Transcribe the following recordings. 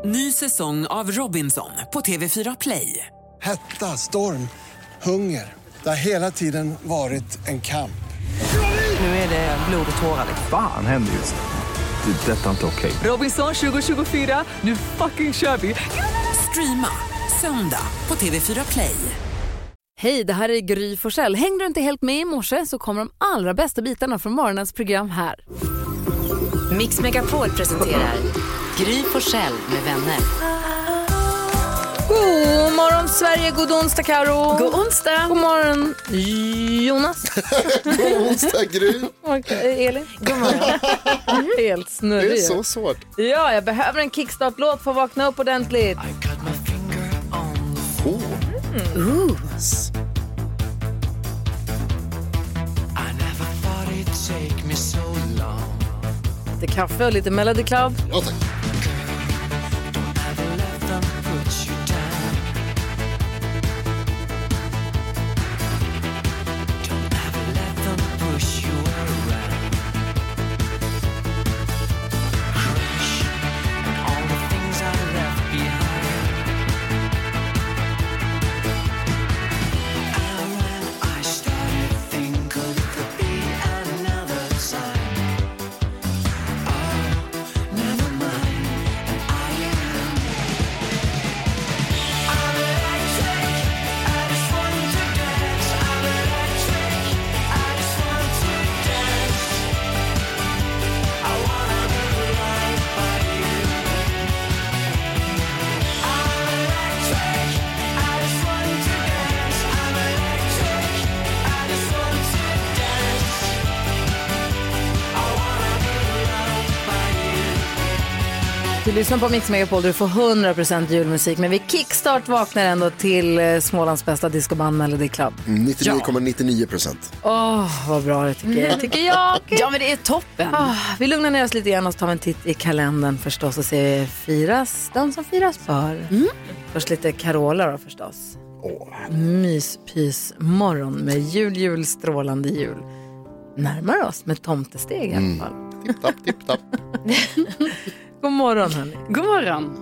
Ny säsong av Robinson på TV4 Play. Hetta, storm, hunger. Det har hela tiden varit en kamp. Nu är det blod och tårar. Fan händer just nu. Det. Detta är inte okej. Robinson 2024, nu fucking kör vi. Streama söndag på TV4 Play. Hej, det här är Gry Forssell. Hängde du inte helt med i morse så kommer de allra bästa bitarna från morgonens program här. Mix Megapol presenterar Gry Forssell med vänner. God morgon Sverige, god onsdag Karo. God onsdag. God morgon Jonas. God onsdag Gry. Och Elin. God morgon. Helt snurrig. Det är så svårt. Ja, jag behöver en kickstart-låt för att vakna upp ordentligt. Lite kaffe och lite Melody Club. Ja, tack. Du lyssnar på Mix Megapol, du får 100% julmusik. Men vi kickstart vaknar ändå till Smålands bästa discoband Melody Club. 99,99%. Vad bra det tycker jag. Ja, men det är toppen. Vi lugnar ner oss lite grann och tar en titt i kalendern förstås och ser firas, de som firas för. Först lite Carola då förstås. Myspys morgon med jul, strålande jul. Närmar oss med tomtesteg i alla fall. Tipp-tapp. God morgon hörni. God morgon.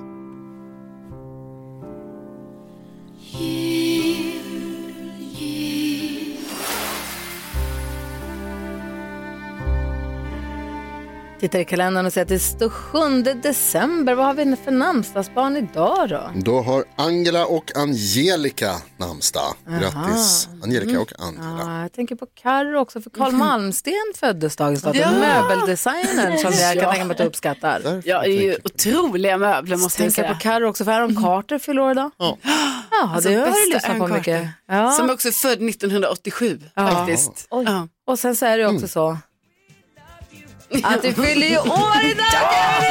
Tittar i kalendern och ser att det står 7 december. Vad har vi för namnsdagsbarn idag då? Då har Angela och Angelica namnsdag. Grattis Angelica och Angela. Jag tänker på Karo också, för Carl Malmsten föddes dagens dag. Möbeldesignern som jag kan tänka mig att du uppskattar. Ja, det är ju otroliga möbler måste jag säga. Tänka på Karo också, för Aaron Carter fyller år idag. Ja, Alltså, det har du bästa lyssnat på Aaron mycket. Carter. Ja. Som också är född 1987 faktiskt. Ja. Och sen så är det också så att du fyller ju år idag!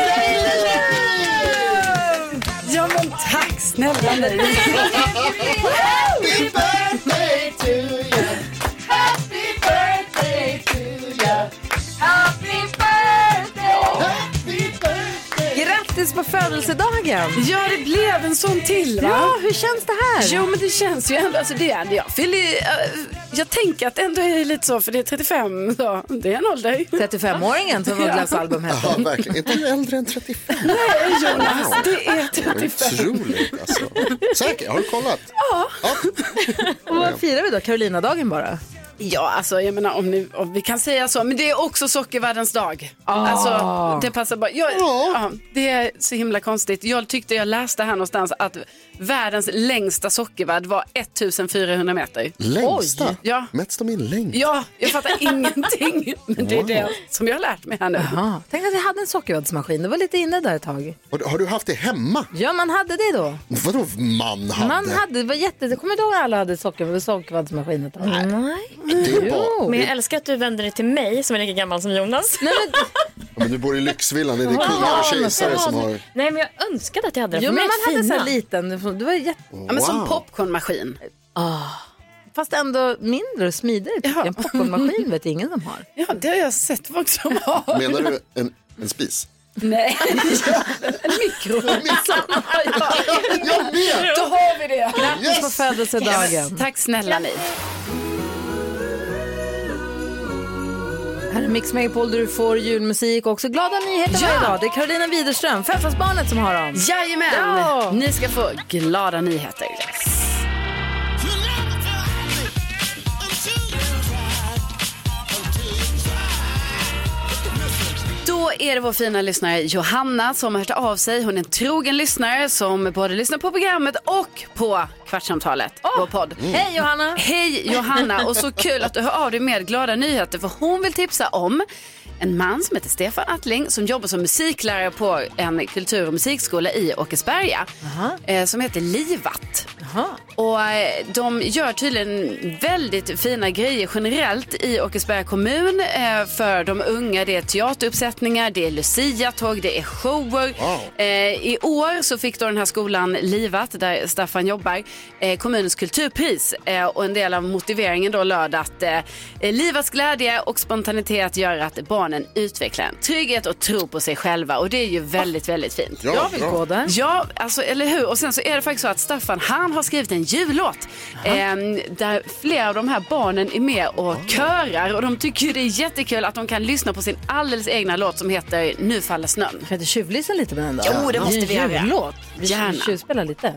Ja, men tack snälla dig. Happy birthday to you. Happy birthday to you. Happy birthday. Happy birthday. Grattis på födelsedagen. Ja, det blev en sån till, va? Ja, hur känns det här? Jo, men det känns ju ändå, alltså det är jag fyller, jag tänker att det ändå är lite så, för det är 35, så det är en ålder. 35-åringen som Ugglas album hette. Ja, verkligen. Inte du äldre än 35? Nej, Jonas, det är 35. Otroligt alltså. Säker, har du kollat? Ja. Och vad firar vi då? Carolina-dagen bara? Ja, alltså jag menar om vi kan säga så, men det är också sockervärldens dag. Alltså det passar bara. Det är så himla konstigt. Jag tyckte jag läste här någonstans att världens längsta sockervärd var 1400 meter. Längsta? Oj. Ja. Mäts de i längd? Ja, jag fattar ingenting. Men det är det som jag har lärt mig här nu. Jaha. Tänk att vi hade en sockervaddsmaskin. Det var lite inne där ett tag. Har du haft det hemma? Ja, man hade det då. Vadå man hade? Man hade, det var det kommer du ihåg att alla hade sockervaddsmaskin ett tag? Nej. Det är bara... Men jag älskar att du vänder dig till mig som är lika gammal som Jonas. Nej, men du bor i lyxvillan, det är kungar och kejsare som har... Nej, men jag önskade att jag hade det. Jo, men man hade så här liten. Det var Ja, men som popcornmaskin. Fast ändå mindre och smidigare. Ja. En popcornmaskin vet ingen som har. Ja, det har jag sett folk som har. Menar du en spis? Nej, en mikro. Jag vet! Då har vi det. Grattis på födelsedagen. Tack snälla ni. Här är Mix Megapol där du får julmusik och också glada nyheter varje dag. Det är Carolina Widerström, Fäffansbarnet, som har dem. Jajamän, Ja. Ni ska få glada nyheter. Då är det vår fina lyssnare Johanna som har hört av sig. Hon är en trogen lyssnare som både lyssnar på programmet och på Kvartsamtalet, vår podd. Hej Johanna! Hej Johanna, och så kul att du hör av dig med glada nyheter, för hon vill tipsa om en man som heter Stefan Attling som jobbar som musiklärare på en kultur- och musikskola i Åkersberga som heter Livat. Och de gör tydligen väldigt fina grejer generellt i Åkersberga kommun för de unga. Det är teateruppsättningar, det är Lucia-tåg, det är shower. I år så fick då den här skolan Livat, där Staffan jobbar, kommunens kulturpris. Och en del av motiveringen då löd att Livats glädje och spontanitet gör att barnen utvecklar en trygghet och tro på sig själva. Och det är ju väldigt, väldigt fint. Ja, Jag vill gå där. Ja, alltså, eller hur? Och sen så är det faktiskt så att Staffan, han har skrivit en jullåt där flera av de här barnen är med och körar. Och de tycker ju det är jättekul att de kan lyssna på sin alldeles egna låt som heter Nu faller snön. Kan inte tjuvlyssna lite med den då? Jo, det måste vi göra. Jullåt. Vi Gärna. tjuvspelar lite.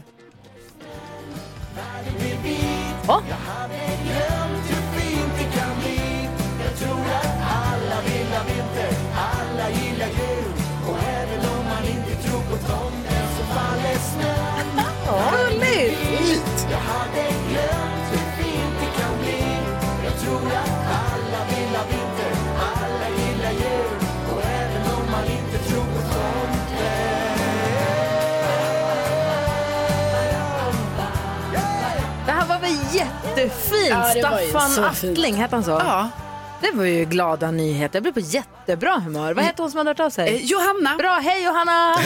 Gulligt! Det här var väl jättefint. Ja, det var ju Staffan så fint. Attling, hette han så? Ja. Det var ju glada nyheter. Jag blev på jättebra humör. Vad heter hon som har hört av sig? Johanna. Bra, hej Johanna!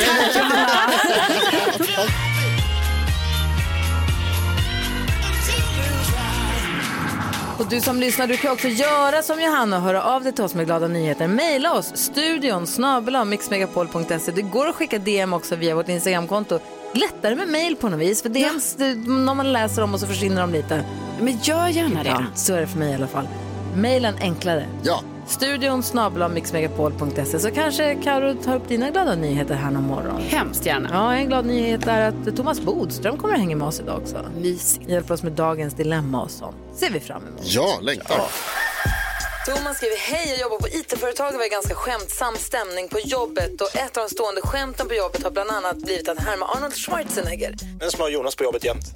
Och du som lyssnar, du kan också göra som Johanna och höra av dig till oss med glada nyheter. Maila oss, studion@mixmegapol.se. Det går att skicka DM också via vårt Instagramkonto. Lättare med mail på något vis, för DMs, när man läser dem och så försvinner de lite. Men gör gärna det. Ja, så är det för mig i alla fall. Mailen enklare. Ja. Studion@mixmegapol.se. Så kanske Karo tar upp dina glada nyheter här någon morgon. Hemskt gärna. Ja, en glad nyhet är att Thomas Bodström kommer att hänga med oss idag också. Mysigt. Hjälper oss med dagens dilemma och sånt. Ser vi fram emot. Ja, längtar. Thomas skriver, hej, jag jobbar på IT-företag och var ganska skämtsam stämning på jobbet. Och ett av de stående skämten på jobbet har bland annat blivit att härma Arnold Schwarzenegger. En som har Jonas på jobbet jämt.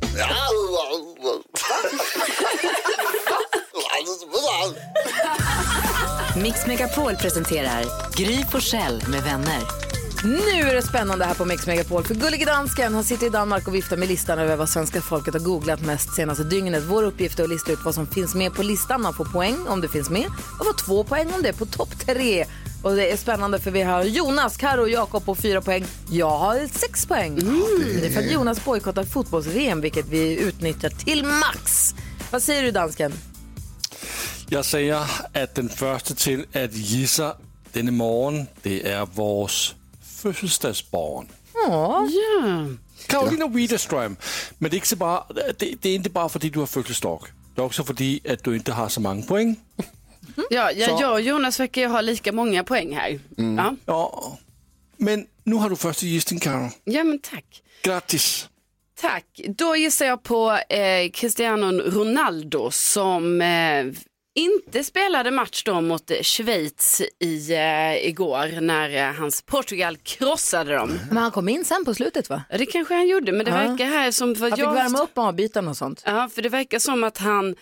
Mix Megapol presenterar Gry Forssell med vänner. Nu är det spännande här på Mix Megapol, för Gullige Dansken, han sitter i Danmark och viftar med listan över vad svenska folket har googlat mest senaste dygnet. Vår uppgift är att lista ut vad som finns med på listan. Man får poäng om det finns med och får 2 poäng om det är på topp 3. Och det är spännande för vi har Jonas, Karo och Jakob på 4 poäng. Jag har 6 poäng. Det är för att Jonas bojkottar fotbolls-VM, vilket vi utnyttjar till max. Vad säger du, dansken? Jag säger att den första till att gissa denna morgon, det är vårs födelsedagsbarn. Ja. Carolina Widerström. Men det är inte bara, det är inte bara för att du har födelsedag. Det är också för att du inte har så många poäng. Ja, jag och Jonas verkar ha lika många poäng här. Ja. Men nu har du första gissning, Karo. Ja, men tack. Grattis. Tack. Då gissar jag på Cristiano Ronaldo som inte spelade match då mot Schweiz igår när hans Portugal krossade dem. Men han kom in sen på slutet, va? Ja, det kanske han gjorde, men det verkar här som... Han fick värma upp avbytarna och sånt. Ja, för det verkar som att han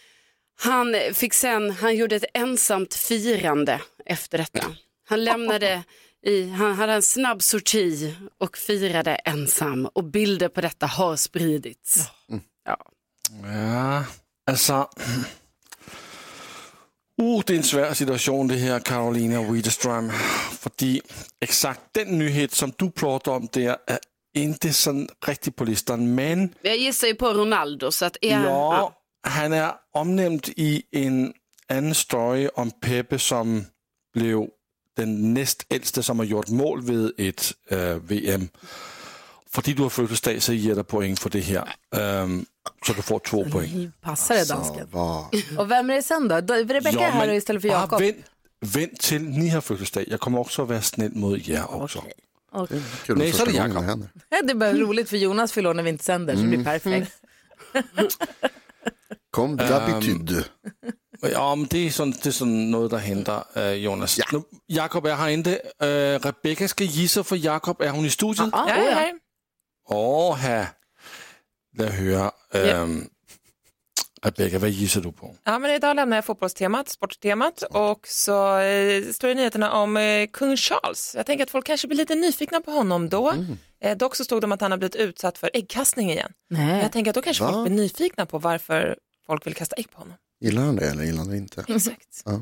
gjorde ett ensamt firande efter detta. Han lämnade han hade en snabb sorti och firade ensam, och bilder på detta har spridits. Ja, alltså... det är en svår situation det här, Carolina Widerström. Fordi exakt den nyhet som du pratar om där är inte så riktigt på listan, men... Jag gissar ju på Ronaldo, så att... han är omnämnd i en annan story om Pepe som blev den näst äldste som har gjort mål vid ett VM. Fordi du har födelsedag så ger dig poäng för det här. Så du får 2 poäng. Passar det, dansken. Och vem är det sen då? Rebecca är här istället för Jakob. vent till ni har fødselsdag. Jag kommer också att vara snäll mot er också. Okay. Nej, så är det Jakob. Det är bara roligt för Jonas fyller när vi inte sänder, så det blir perfekt. Kom d'habitude. Ja, men det är sådan noget, der henter, Jonas. Ja. Nu, Jakob är här inte. Rebecca ska gissa för Jakob. Är hon i studiet? Ja. Här. Lad höra. Rebecca, vad gissar du på? Ja, men idag lämnar jag fotbollstemat, sporttemat, och så står det i nyheterna om kung Charles. Jag tänker att folk kanske blir lite nyfikna på honom då. Dock så stod det om att han har blivit utsatt för äggkastning igen. Nej. Jag tänker att då kanske folk blir nyfikna på varför folk vill kasta ägg på honom. Gillar han det eller gillar han det inte? Exakt. Ja.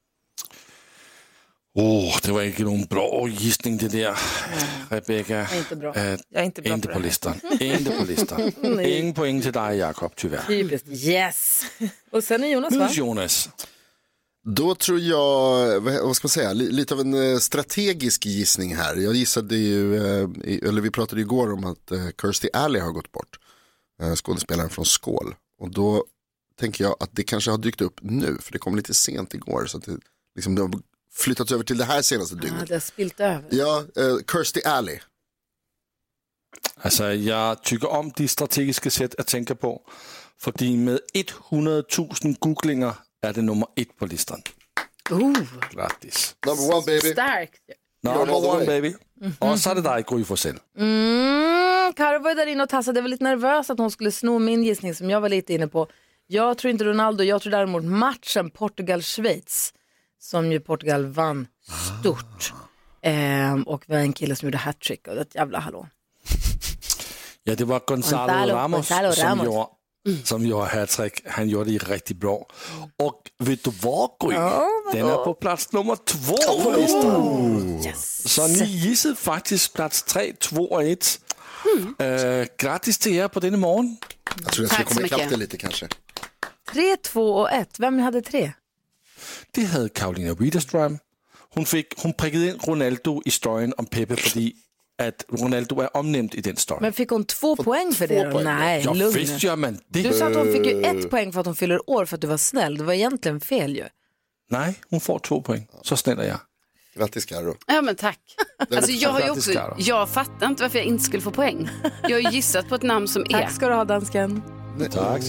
Det var inte någon bra gissning det där, Rebecca. Inte bra. Jag är inte bra inte på på det. listan. Inte på listan. Ingen poäng till dig, Jakob, tyvärr. Typiskt. Yes. Och sen är Jonas, va? Jonas. Då tror jag, vad ska man säga, lite av en strategisk gissning här. Jag gissade ju, eller vi pratade igår om att Kirstie Alley har gått bort. Skådespelaren från Skål. Och då tänker jag att det kanske har dykt upp nu, för det kom lite sent igår. Så att det, liksom, det har flyttats över till det här senaste dygnet. Ja, det har spilt över. Ja, Kirstie Alley. Alltså, jag tycker om de strategiska sätt att tänka på. För med 100 000 googlingar är det nummer 1 på listan. Grattis. Number one, baby. Starkt. Number one, baby. Och så är det dig, Gry Forssell. Karo var där inne och tassade. Jag var lite nervös att hon skulle sno min gissning som jag var lite inne på. Jag tror inte Ronaldo, jag tror däremot matchen Portugal-Schweiz. Som ju Portugal vann stort. Och var en kille som gjorde hattrick. Och det är ett jävla hallå. Ja, det var Gonzalo Ramos. Som gjorde hattrick. Han gjorde det riktigt bra. Och vet du vad, Gry? Den är på plats nummer 2 på listan. Yes. Så ni gissade faktiskt plats 3, 2 och 1. Grattis till er på denna morgon. Jag tror jag ska komma ikapp det lite kanske. 3, 2 och 1. Vem hade 3? Det hade Karolina Widerström. Hon prickade in Ronaldo-historien om Pepe, fordi att Ronaldo är omnämnd i den storyn. Men fick hon 2 poäng för det? Nej, ja, lugn. visst gör man det. Du sa att hon fick ju 1 poäng för att hon fyller år för att du var snäll. Det var egentligen fel ju. Nej, hon får 2 poäng. Så snäll är jag. Grattis, Karo. Ja, men tack. Alltså, jag fattar inte varför jag inte skulle få poäng. Jag har ju gissat på ett namn som är. Tack ska du ha, dansken. Tack.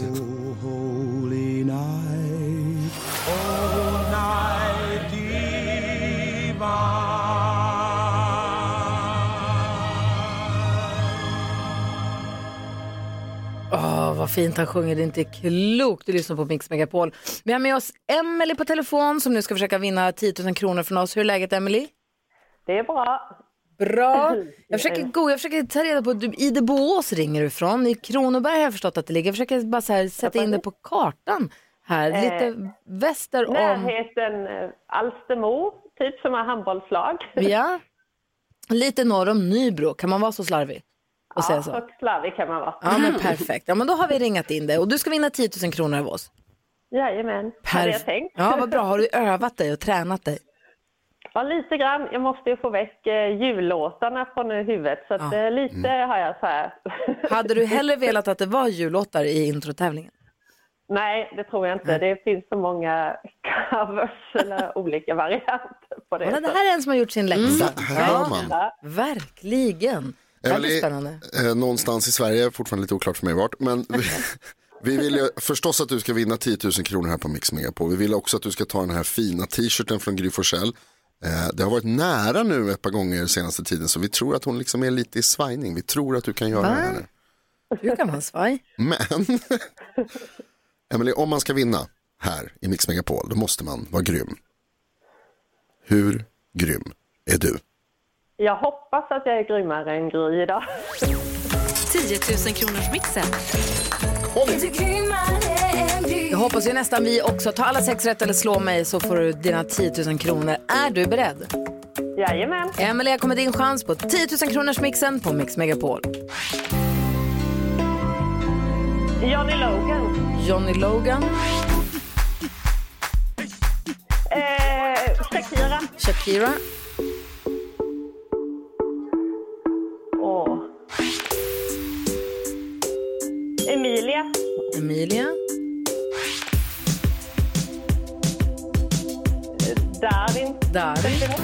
Vad fint han sjunger, det är inte klokt. Du lyssnar på Mix Megapol. Vi har med oss Emily på telefon som nu ska försöka vinna 10 000 kronor från oss. Hur är läget, Emily? Det är bra. Bra. Jag försöker ta reda på, i det Borås ringer du ifrån. I Kronoberg har jag förstått att det ligger. Jag försöker bara så här, sätta in det på kartan här. Lite väster om... Närheten Alstermo, typ som är handbollslag. Ja. Lite norr om Nybro. Kan man vara så slarvig? Och säga så? Högst slarvig kan man vara. Ja, men perfekt. Ja, men då har vi ringat in det. Och du ska vinna 10 000 kronor av oss. Jajamän, hade jag tänkt. Ja, vad bra. Har du övat dig och tränat dig? Ja, lite grann. Jag måste ju få väck jullåtarna från huvudet. Så att, lite har jag så här. Hade du hellre velat att det var jullåtar i introtävlingen? Nej, det tror jag inte. Det finns så många covers eller olika varianter på det. Ja, det här är en som har gjort sin läxa. Här man. Verkligen. Väldigt spännande. Någonstans i Sverige, fortfarande lite oklart för mig vart, men vi vill ju förstås att du ska vinna 10 000 kronor här på Mix Megapol. Vi vill också att du ska ta den här fina t-shirten från Gry Forssell. Det har varit nära nu ett par gånger senaste tiden, så vi tror att hon liksom är lite i svajning. Vi tror att du kan göra det här nu. Du kan vara svaj. Men, Emily, om man ska vinna här i Mix Megapol, då måste man vara grym. Hur grym är du? Jag hoppas att jag är grymmare än Gry idag. 10 000 kronors mixen. Jag hoppas ju nästan vi också. Ta alla 6 rätt eller slå mig så får du dina 10 000 kronor. Är du beredd? Jajamän. Emelie, kommer din chans på 10 000 kronors mixen på Mix Megapol. Johnny Logan. Johnny Logan. Shakira. Emilia. Darin. Där.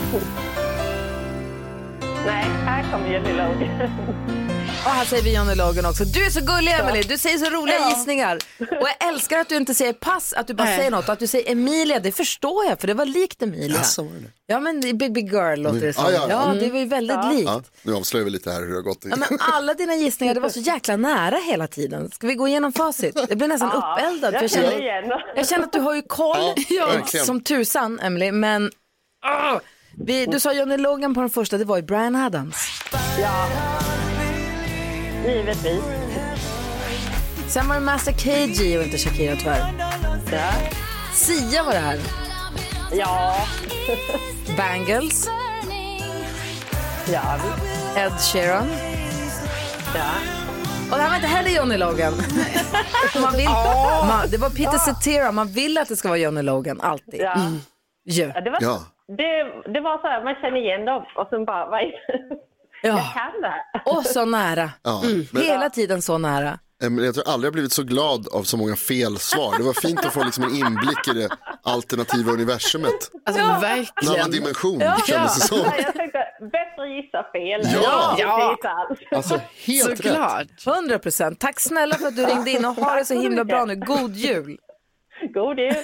Nej, här kommer Johnny Logan. Och här säger vi Johnny Logan också. Du är så gullig, Emily. Du säger så roliga gissningar. Och jag älskar att du inte säger pass, att du bara säger något. Att du säger Emilia, det förstår jag, för det var likt Emilia. Ja, men Big Girl låter det som. Ja, det var ju väldigt likt. Ja, nu avslöjar vi lite här hur det har gått. Ja, men alla dina gissningar, det var så jäkla nära hela tiden. Ska vi gå igenom facit? Jag blir nästan uppeldad. För jag känner att du har ju koll som tusan, Emily. Men du sa Johnny Logan på den första, det var ju Bryan Adams. Ja, givetvis. Sen var det Master KG och inte Shakira tyvärr. Ja. Sia var det här. Ja. Bangles. Ja. Ed Sheeran. Ja. Och det här var inte heller Johnny Logan. Det var Peter Cetera. Man vill att det ska vara Johnny Logan, alltid. Ja. Ja. Det var så här, man känner igen dem och sen bara, vad är det? Jag kan det här. Och så nära. Hela tiden så nära. Men jag tror aldrig jag blivit så glad av så många felsvar. Det var fint att få liksom en inblick i det alternativa universumet. Alltså verkligen. En annan dimension kändes det som. Jag tänkte, bättre gissa fel. Ja. Alltså helt såklart. rätt. 100%. Tack snälla för att du ringde in och ha det så himla bra nu. God jul. God jul.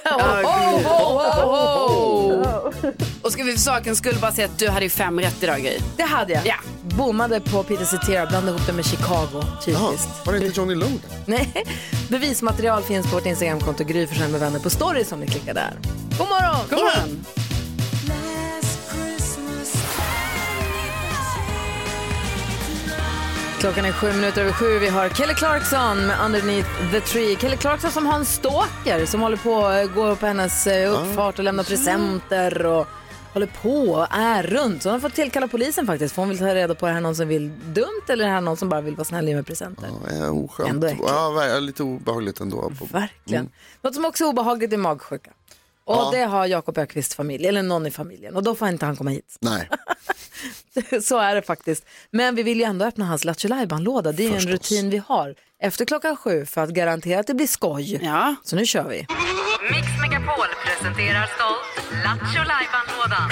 Och ska vi för sakens skull bara säga att du hade ju 5 rätt idag, Gry. Det hade jag. Ja. Bommade på Peter Cetera, blandade ihop det med Chicago. Typiskt. Var det inte Johnny Logan? Nej, bevismaterial finns på vårt Instagramkonto Gry Forssell med vänner på story som ni klickar där. God morgon! God morgon! Klockan är 7:07. Vi har Kelly Clarkson med Underneath the Tree. Kelly Clarkson som har en stalker som håller på att gå på hennes uppfart och lämna presenter och håller på är runt. Så hon har fått tillkalla polisen faktiskt. För hon vill ta reda på är det här någon som vill dumt eller är det här någon som bara vill vara snäll med presenter. Ja, oskönt. Lite obehagligt ändå. Verkligen. Något som också är obehagligt är magsjuka. Och det har Jakob Ökvists familj, eller någon i familjen. Och då får inte han komma hit. Nej. Så är det faktiskt. Men vi vill ju ändå öppna hans Lattjo Lajban-låda. Det är ju en rutin vi har efter klockan 7 för att garantera att det blir skoj. Ja. Så nu kör vi. Mix Megapol presenterar stolt Lattjo Lajban-lådan.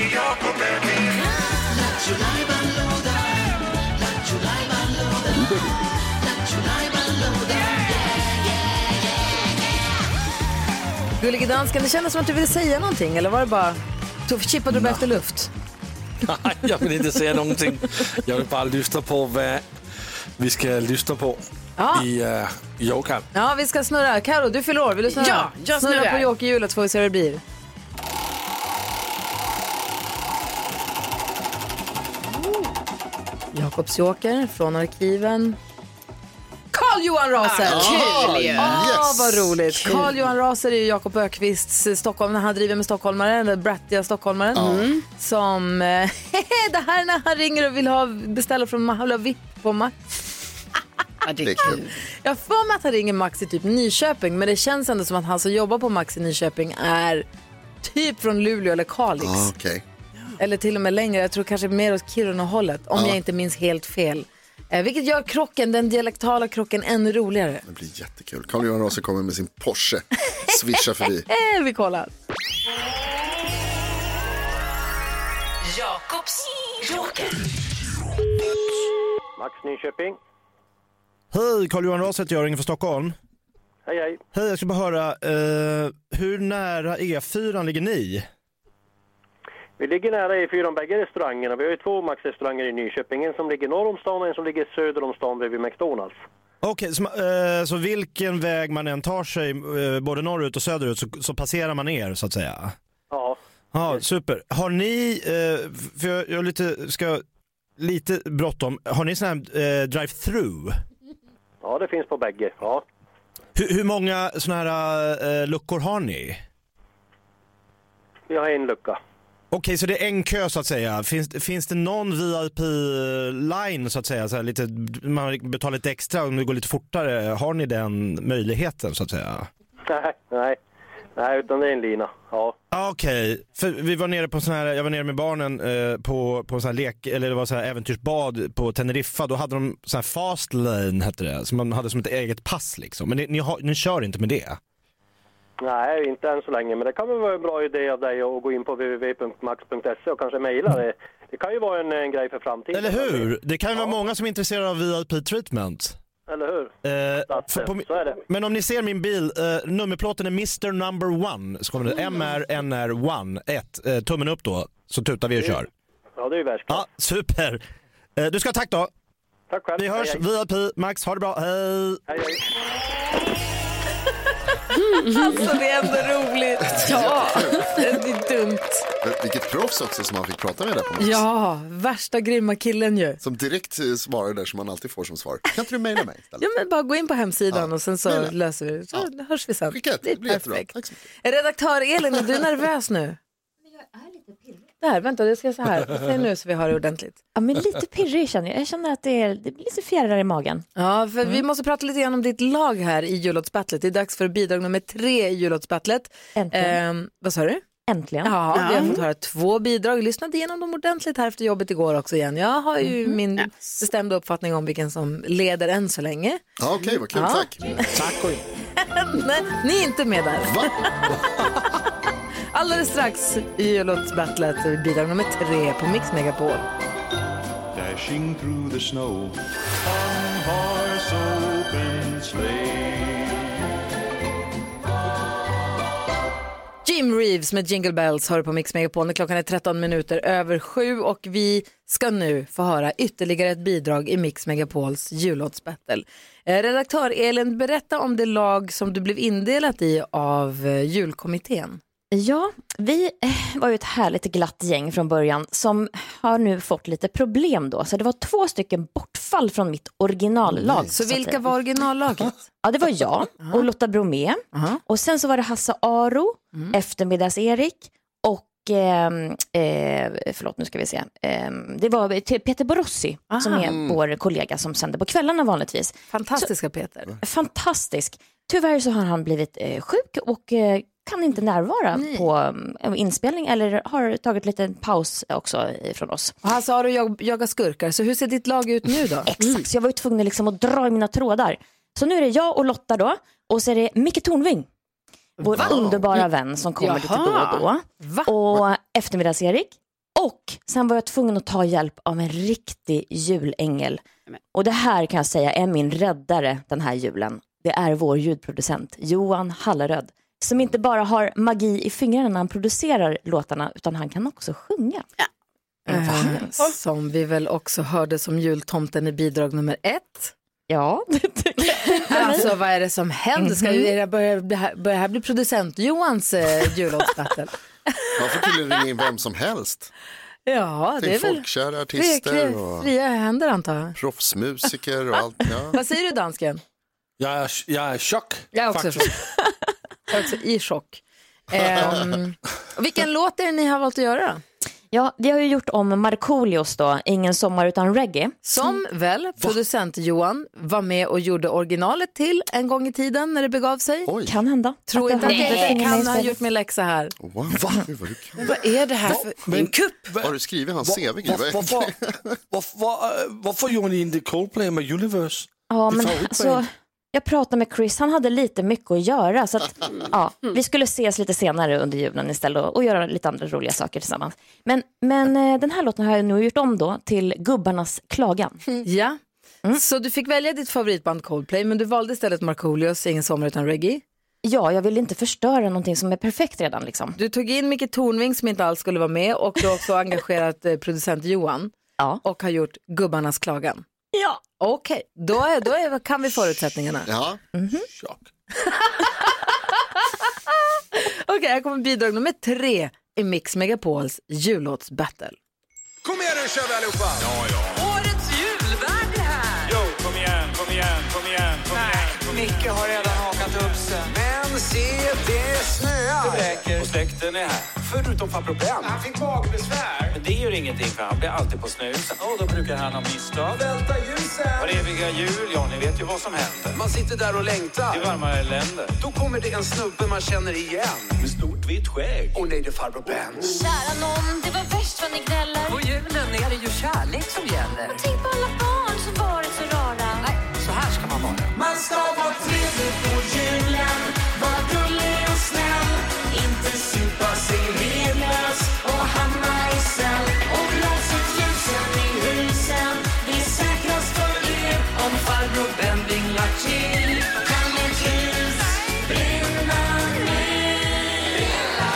Gullige dansken, det kändes som att du ville säga någonting. Eller var det bara chippade du efter luft? Nej, jag vill inte säga någonting. Jag vill bara lyssna på vad vi ska lyssna på i Joker. Ja, vi ska snurra. Karo, du fyller år. Vill du snurra? Ja, jag snurra på Jokerhjulet så får vi se hur det blir. Jakobs Joker från arkiven. Carl-Johan Raser! Kul ju! Vad roligt! Carl-Johan Raser är ju Jakob Ökvists Stockholm när han driver med stockholmare, eller brattiga stockholmaren. Som, det här när han ringer och vill beställa från Mahalla VIP på Max. Det är kul. Jag får med att han ringer Max i typ Nyköping, men det känns ändå som att han som jobbar på Max i Nyköping är typ från Luleå eller Kalix. Okay. Eller till och med längre, jag tror kanske mer åt Kiruna-hållet, om jag inte minns helt fel. Vilket gör krocken, den dialektala krocken, ännu roligare. Det blir jättekul. Carl-Johan Raser kommer med sin Porsche, swisha förbi. Vi kollar. Jakobs Joker. Max Nyköping. Hej, Carl-Johan Raser, jag ringer från Stockholm. Hej, hej. Hej, jag ska bara höra, hur nära E4 ligger ni? Vi ligger nära E4 bägge restaurangerna. Vi har ju 2 Max-restauranger i Nyköping. En som ligger norr om stan och en som ligger söder om stan bredvid McDonalds. Okej, så vilken väg man än tar sig, både norrut och söderut, så passerar man er så att säga? Ja. Ja, super. Har ni, för jag lite bråttom, har ni sån här drive-through? Ja, det finns på bägge, ja. Hur många såna här luckor har ni? Vi har en lucka. Okej, så det är en kö så att säga. Finns det någon VIP-line så att säga? Så här, lite, man betalar lite extra om det går lite fortare. Har ni den möjligheten så att säga? Nej, utan det är en lina. Ja. Okej, för vi var nere på sån här, jag var nere med barnen på sån här lek, eller det var så här äventyrsbad på Teneriffa. Då hade de så här fast lane hette det, som man hade som ett eget pass liksom. Men ni kör inte med det? Nej, inte än så länge, men det kan väl vara en bra idé av dig att gå in på www.max.se och kanske mejla det. Det kan ju vara en grej för framtiden. Eller hur? Det kan ju vara många som är intresserade av VIP-treatment. Eller hur? Så är det. Men om ni ser min bil, nummerplåten är Mr. Number 1. Så kommer det MRNR1. 1. Tummen upp då, så tutar vi och kör. Ja, det är ju värst. Ja, super. Du ska ha tack då. Tack själv. Vi hörs, hej. VIP, Max, ha det bra, hej. Hej, hej. Alltså det är ändå roligt. Ja, det är dumt. Vilket proffs också som man fick prata med där på Max. Ja, värsta grymma killen ju. Som direkt svarar där som man alltid får som svar. Kan inte du mejla mig istället? Ja, men bara gå in på hemsidan och sen så löser vi det. Så hörs vi sen. Det blir jättebra. Tack så mycket. Redaktör Elin, är du nervös nu? Där, vänta, det ska jag så här. Säg nu så vi har det ordentligt. Ja, men lite pirrig känner jag. Jag känner att det blir lite fjärilar i magen. Ja, för vi måste prata lite grann om ditt lag här i jullåtsbattlet. Det är dags för bidrag nummer 3 i jullåtsbattlet. Äntligen. Vad sa du? Äntligen. Ja, vi har fått höra 2 bidrag. Jag lyssnade igenom dem ordentligt här efter jobbet igår också igen. Jag har ju min bestämda uppfattning om vilken som leder än så länge. Ja, okej, vad kul, tack. Tack och Nej, ni är inte med där. Va? Alldeles strax i jullåtsbattlet bidrag nummer 3 på Mix Megapol. Dashing through the snow on horse open sleigh. Jim Reeves med Jingle Bells har du på Mix Megapol. Klockan är 13 minuter över 7 och vi ska nu få höra ytterligare ett bidrag i Mix Megapols jullåtsbattle. Redaktör Elin, berätta om det lag som du blev indelat i av julkommittén. Ja, vi var ju ett härligt glatt gäng från början som har nu fått lite problem då. Så det var 2 stycken bortfall från mitt originallag. Så vilka var originallaget? Ja, det var jag och Lotta Bromé. Och sen så var det Hasse Aro, Eftermiddags-Erik och förlåt, nu ska vi se. Det var Peter Borossi som är vår kollega som sänder på kvällarna vanligtvis. Fantastiska Peter. Fantastisk. Tyvärr så har han blivit sjuk och kan inte närvara på inspelning eller har tagit lite paus också från oss. Och Hasse Aro jagar skurkar, så hur ser ditt lag ut nu då? Exakt, så jag var ju tvungen liksom att dra i mina trådar. Så nu är det jag och Lotta då och så är det Micke Tornving. Vår underbara vän som kommer lite då och då. Och Eftermiddags-Erik. Och sen var jag tvungen att ta hjälp av en riktig julängel. Och det här kan jag säga är min räddare den här julen. Det är vår ljudproducent Johan Halleröd. Som inte bara har magi i fingrarna när han producerar låtarna utan han kan också sjunga. Som vi väl också hörde som jultomten i bidrag nummer 1. Ja, det tycker jag. Alltså vad är det som händer? Ska ju börja här bli producent Johans jullåtsbattle? Varför tydligen ringa in vem som helst? Ja, det är väl folkkära artister och fria händer antar jag. proffsmusiker och allt. Ja. Vad säger du dansken? Jag är chock. Jag är också chock. Jag är också i chock. Vilken låt är det ni har valt att göra? Ja, vi har ju gjort om Markoolios då, Ingen sommar utan reggae. Som väl producent Johan var med och gjorde originalet till en gång i tiden när det begav sig. Oj. Kan hända. Tror inte att jag kan ha gjort min läxa här. Wow. Vad är det här för en kupp? Har du skrivit hans CV? Varför gjorde ni inte Coldplay med Universe? Ja, men alltså, jag pratade med Chris, han hade lite mycket att göra så att, vi skulle ses lite senare under julen istället och göra lite andra roliga saker tillsammans. Men den här låten har jag nu gjort om då till Gubbarnas klagan. Ja, så du fick välja ditt favoritband Coldplay men du valde istället Markoolios Ingen sommar utan reggae. Ja, jag vill inte förstöra någonting som är perfekt redan liksom. Du tog in Micke Tornving som inte alls skulle vara med och du har också engagerat producent Johan och har gjort Gubbarnas klagan. Ja. Okej, då kan vi förutsättningarna. Ja. Chock. Okej, här kommer bidrag nummer 3 i Mix Megapols jullåtsbattle. Kom igen nu, kör vi allihopa! Ja. Årets julvärd är här! Jo, kom igen. Nej, Micke har redan hakat upp sig. Men se, det snöar. Det räcker. Och släkten är här. Förutom farbror Ben. Han fick magbesvär. Men det gör ingenting för han blir alltid på snusen. Och då brukar han ha misstag. Välta ljusen. Och eviga jul, ja ni vet ju vad som händer. Man sitter där och längtar. Det varmare länder. Då kommer det en snubbe man känner igen. Med stort vitt skägg. Och nej, det är farbror Ben. Kära någon, det var värst vad ni gnäller. På julen är det ju kärlek som gäller. Och tänk på alla barn som varit så rara. Nej, så här ska man vara. Man ska vara trevlig på julen. Var gullig och snäll. Den vinglar till, kan ett ljus brinna ner.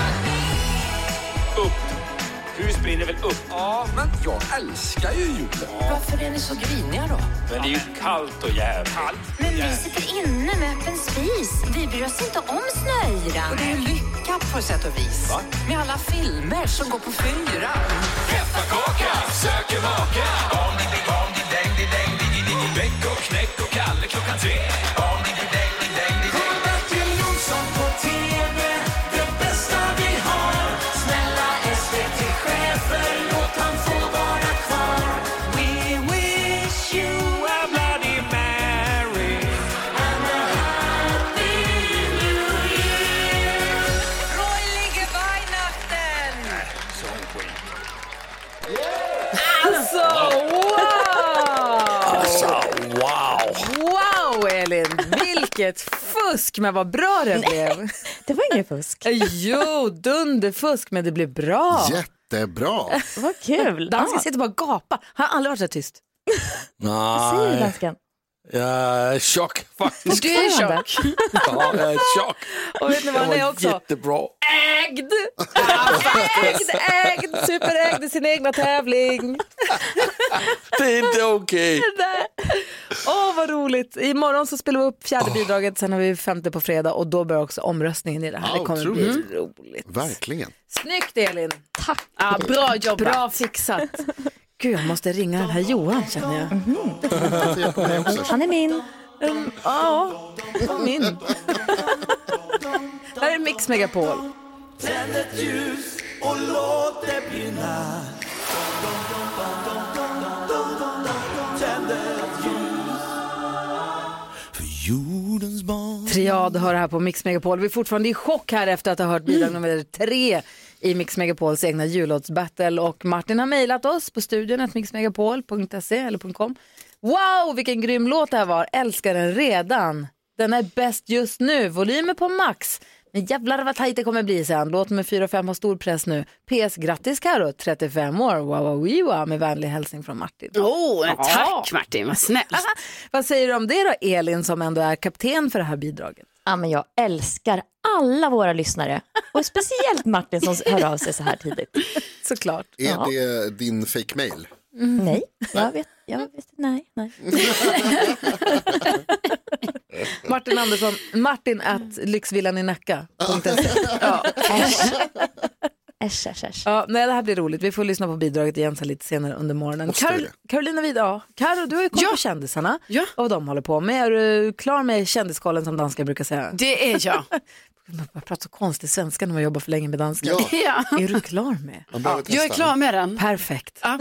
Upp. Hus brinner väl upp? Ja, men jag älskar ju julen. Varför är ni så griniga då? Men det är ju kallt och jävligt. Men vi sitter inne med öppen spis. Vi bryr oss inte om snöyran. Och det är ju lyckat på sätt och vis. Va? Med alla filmer som går på 4. Pepparkaka, söker maka. Om di däng, di däng, di däng, di däng. Bäck och knäck och Kalle klockan 3. Om di däng, di däng, di däng. Bertil Jonsson på TV, det bästa vi har. Snälla SVT-chefer, låt han få vara kvar. We wish you a bloody Mary and a happy new year. Rolige Weihnachten! Wow! Wow, Elin! Vilket fusk, men vad bra det blev. Det var ingen fusk. Jo, dunderfusk, men det blev bra. Jättebra. Vad kul. Dansken sitter bara och gapar. Han har aldrig varit så tyst. Vad säger du, dansken? Jag är chock faktiskt. Du är i chock. Ja, jag är i chock. Och vet ni vad han är också? Jättebra. Ägd! Ägd! Superägd i sin egna tävling. Det är inte okej. Åh, vad roligt. Imorgon så spelar vi upp 4:e bidraget, sen har vi 5:e på fredag och då börjar också omröstningen i det här. Det kommer bli roligt. Verkligen. Snyggt, Elin. Tack. Ja, bra jobbat. Bra fixat. Gud, jag måste ringa den här Johan, känner jag. Han är min. Ja, min. Här är Mix Megapol. Tänd ett ljus och låt det brinna. Tänd ett ljus för jordens barn. Triad hör här på Mix Megapol. Vi är fortfarande i chock här efter att ha hört bidrag nummer 3 i Mix Megapols egna jullåtsbattle. Och Martin har mejlat oss på studion mixmegapol.se eller .com. Wow, vilken grym låt det här var. Älskar den redan. Den är bäst just nu. Volymer på max. Men jävlar vad tajt det kommer bli sen. Låt med 4 och 5 har stor press nu. PS, grattis Karo, 35 år. Wow, med vänlig hälsning från Martin. Tack Martin, vad snällt. Vad säger du om det då, Elin, som ändå är kapten för det här bidraget? Ja, men jag älskar alla våra lyssnare. Och speciellt Martin som hör av sig så här tidigt. Såklart. Är det din fake mail? Nej, jag vet, nej. Martin Andersson, martin@lyxvillaninacka.se. Äsch. Ja, nej, det här blir roligt. Vi får lyssna på bidraget igen så lite senare under morgonen. Carolina Vida, Karo, du har ju koll på kändisarna och vad de håller på med. Är du klar med kändiskollen som danskar brukar säga? Det är jag. Man pratar så konstig svenska när man jobbar för länge med danska. Ja. Är du klar med? Jag är klar med den. Perfekt. Ja.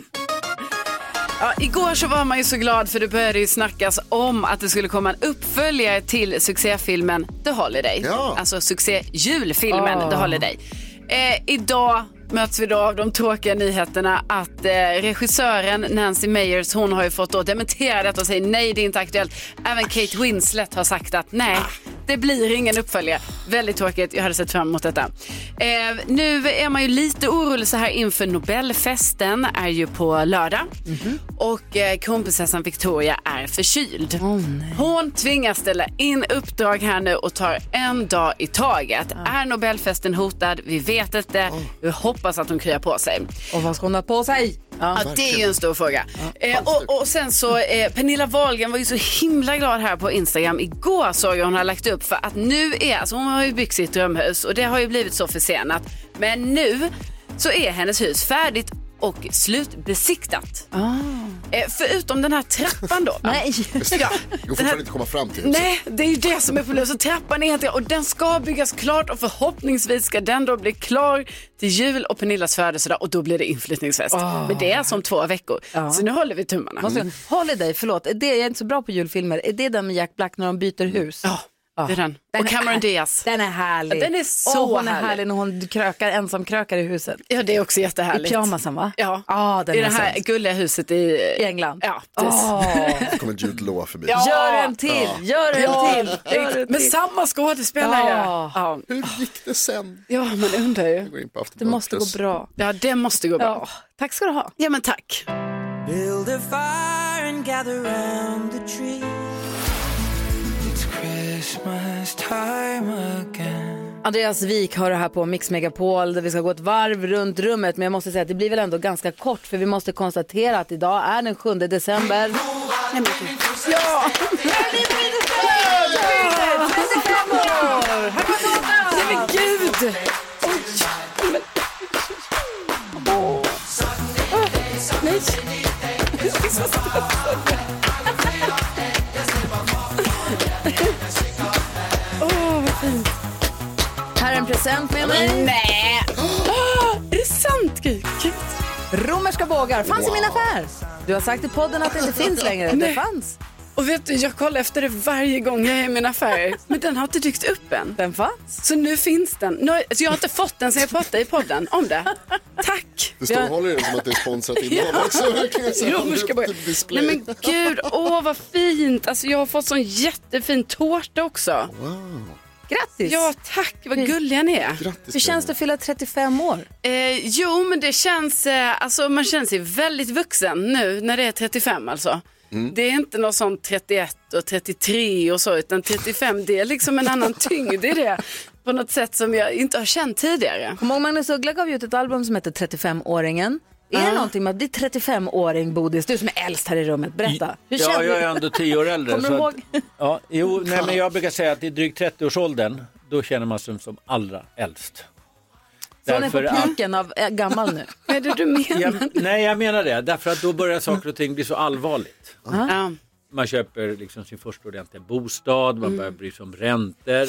Ja, igår så var man ju så glad för det började ju snackas om att det skulle komma en uppföljare till succéfilmen The Holiday. Ja. Alltså succé-julfilmen The Holiday. Idag möts vi då av de tråkiga nyheterna att regissören Nancy Meyers, hon har ju fått då dementera detta och säger nej, det är inte aktuellt. Även Kate Winslet har sagt att nej, det blir ingen uppföljare. Väldigt tråkigt, jag hade sett fram emot detta. Nu är man ju lite orolig så här inför Nobelfesten är ju på lördag. Och kronprinsessan Victoria är förkyld. Hon tvingas ställa in uppdrag här nu och tar en dag i taget. Är Nobelfesten hotad? Vi vet inte. Vi hoppas att hon kryar på sig. Och vad ska hon ha på sig? Ja, det är ju en stor fråga. Och sen så Pernilla Wahlgren var ju så himla glad här på Instagram. Igår såg jag hon har lagt upp för att nu är, alltså hon har ju byggt sitt drömhus och det har ju blivit så försenat. Men nu så är hennes hus färdigt och slutbesiktat. Förutom den här trappan då. Nej. Ja, jag får fortfarande inte komma fram till det. Nej, det är ju det som är problemet. Så trappan är helt och den ska byggas klart och förhoppningsvis ska den då bli klar till jul och Pernillas födelsedag och då blir det inflyttningsfest. Men det är som 2 veckor. Så nu håller vi tummarna. Holiday, förlåt. Jag är inte så bra på julfilmer. Är det den med Jack Black när de byter hus? Ja. Det är den. Och Cameron Diaz. Den är härlig. Den är så hon är härlig när hon ensam krökar i huset. Ja, det är också jättehärligt. I pyjamasen, va? Ja. Den i det här gulliga huset i England. Ja, precis. Så kommer Jude Law förbi. Gör en till. Gör en till. Med samma skådespelare. Ja. Hur gick det sen? Ja, man undrar ju. Det måste gå bra. Ja, det måste gå bra. Tack ska du ha. Ja, men tack. Build a fire and gather round the tree. this time again. Andreas Wik har det här på Mix Megapol där vi ska gå ett varv runt rummet. Men jag måste säga att det blir väl ändå ganska kort, för vi måste konstatera att idag är den 7 december. Ja! 35 år! Nej men gud! Nej! Vad fint. Här är en present med mig. Nej! Är det sant? Gud. Romerska bågar fanns i min affär. Du har sagt i podden att det inte finns längre. Det fanns. Och vet du, jag kollar efter det varje gång jag är i min affär. Men den har inte dykt upp än. Den fanns. Så nu finns den. Nu, så jag har inte fått den så jag pratade i podden om det. Tack. Det står och håller det som att det är sponsrat innehåll också. Nej men gud, vad fint. Alltså jag har fått sån jättefin tårta också. Wow. Grattis. Ja, tack. Vad gulliga ni är. Grattis. Hur känns det att fylla 35 år? Jo, men det känns... alltså man känner sig väldigt vuxen nu när det är 35 alltså. Det är inte något sånt 31 och 33 och så, utan 35, det är liksom en annan tyngd i det. På något sätt som jag inte har känt tidigare. Magnus Uggla gav ut ett album som heter 35-åringen. Är det någonting med att bli 35-åring, Bodis? Du som är äldst här i rummet, berätta. Hur jag är ändå 10 år äldre. Kommer du ihåg? Men jag brukar säga att i drygt 30-årsåldern, då känner man sig som allra äldst. Så hon är på piken av gammal nu. Vad är det du menar? Nej, jag menar det. Därför att då börjar saker och ting bli så allvarligt. Man köper liksom sin första ordentliga bostad, man börjar bry sig om räntor.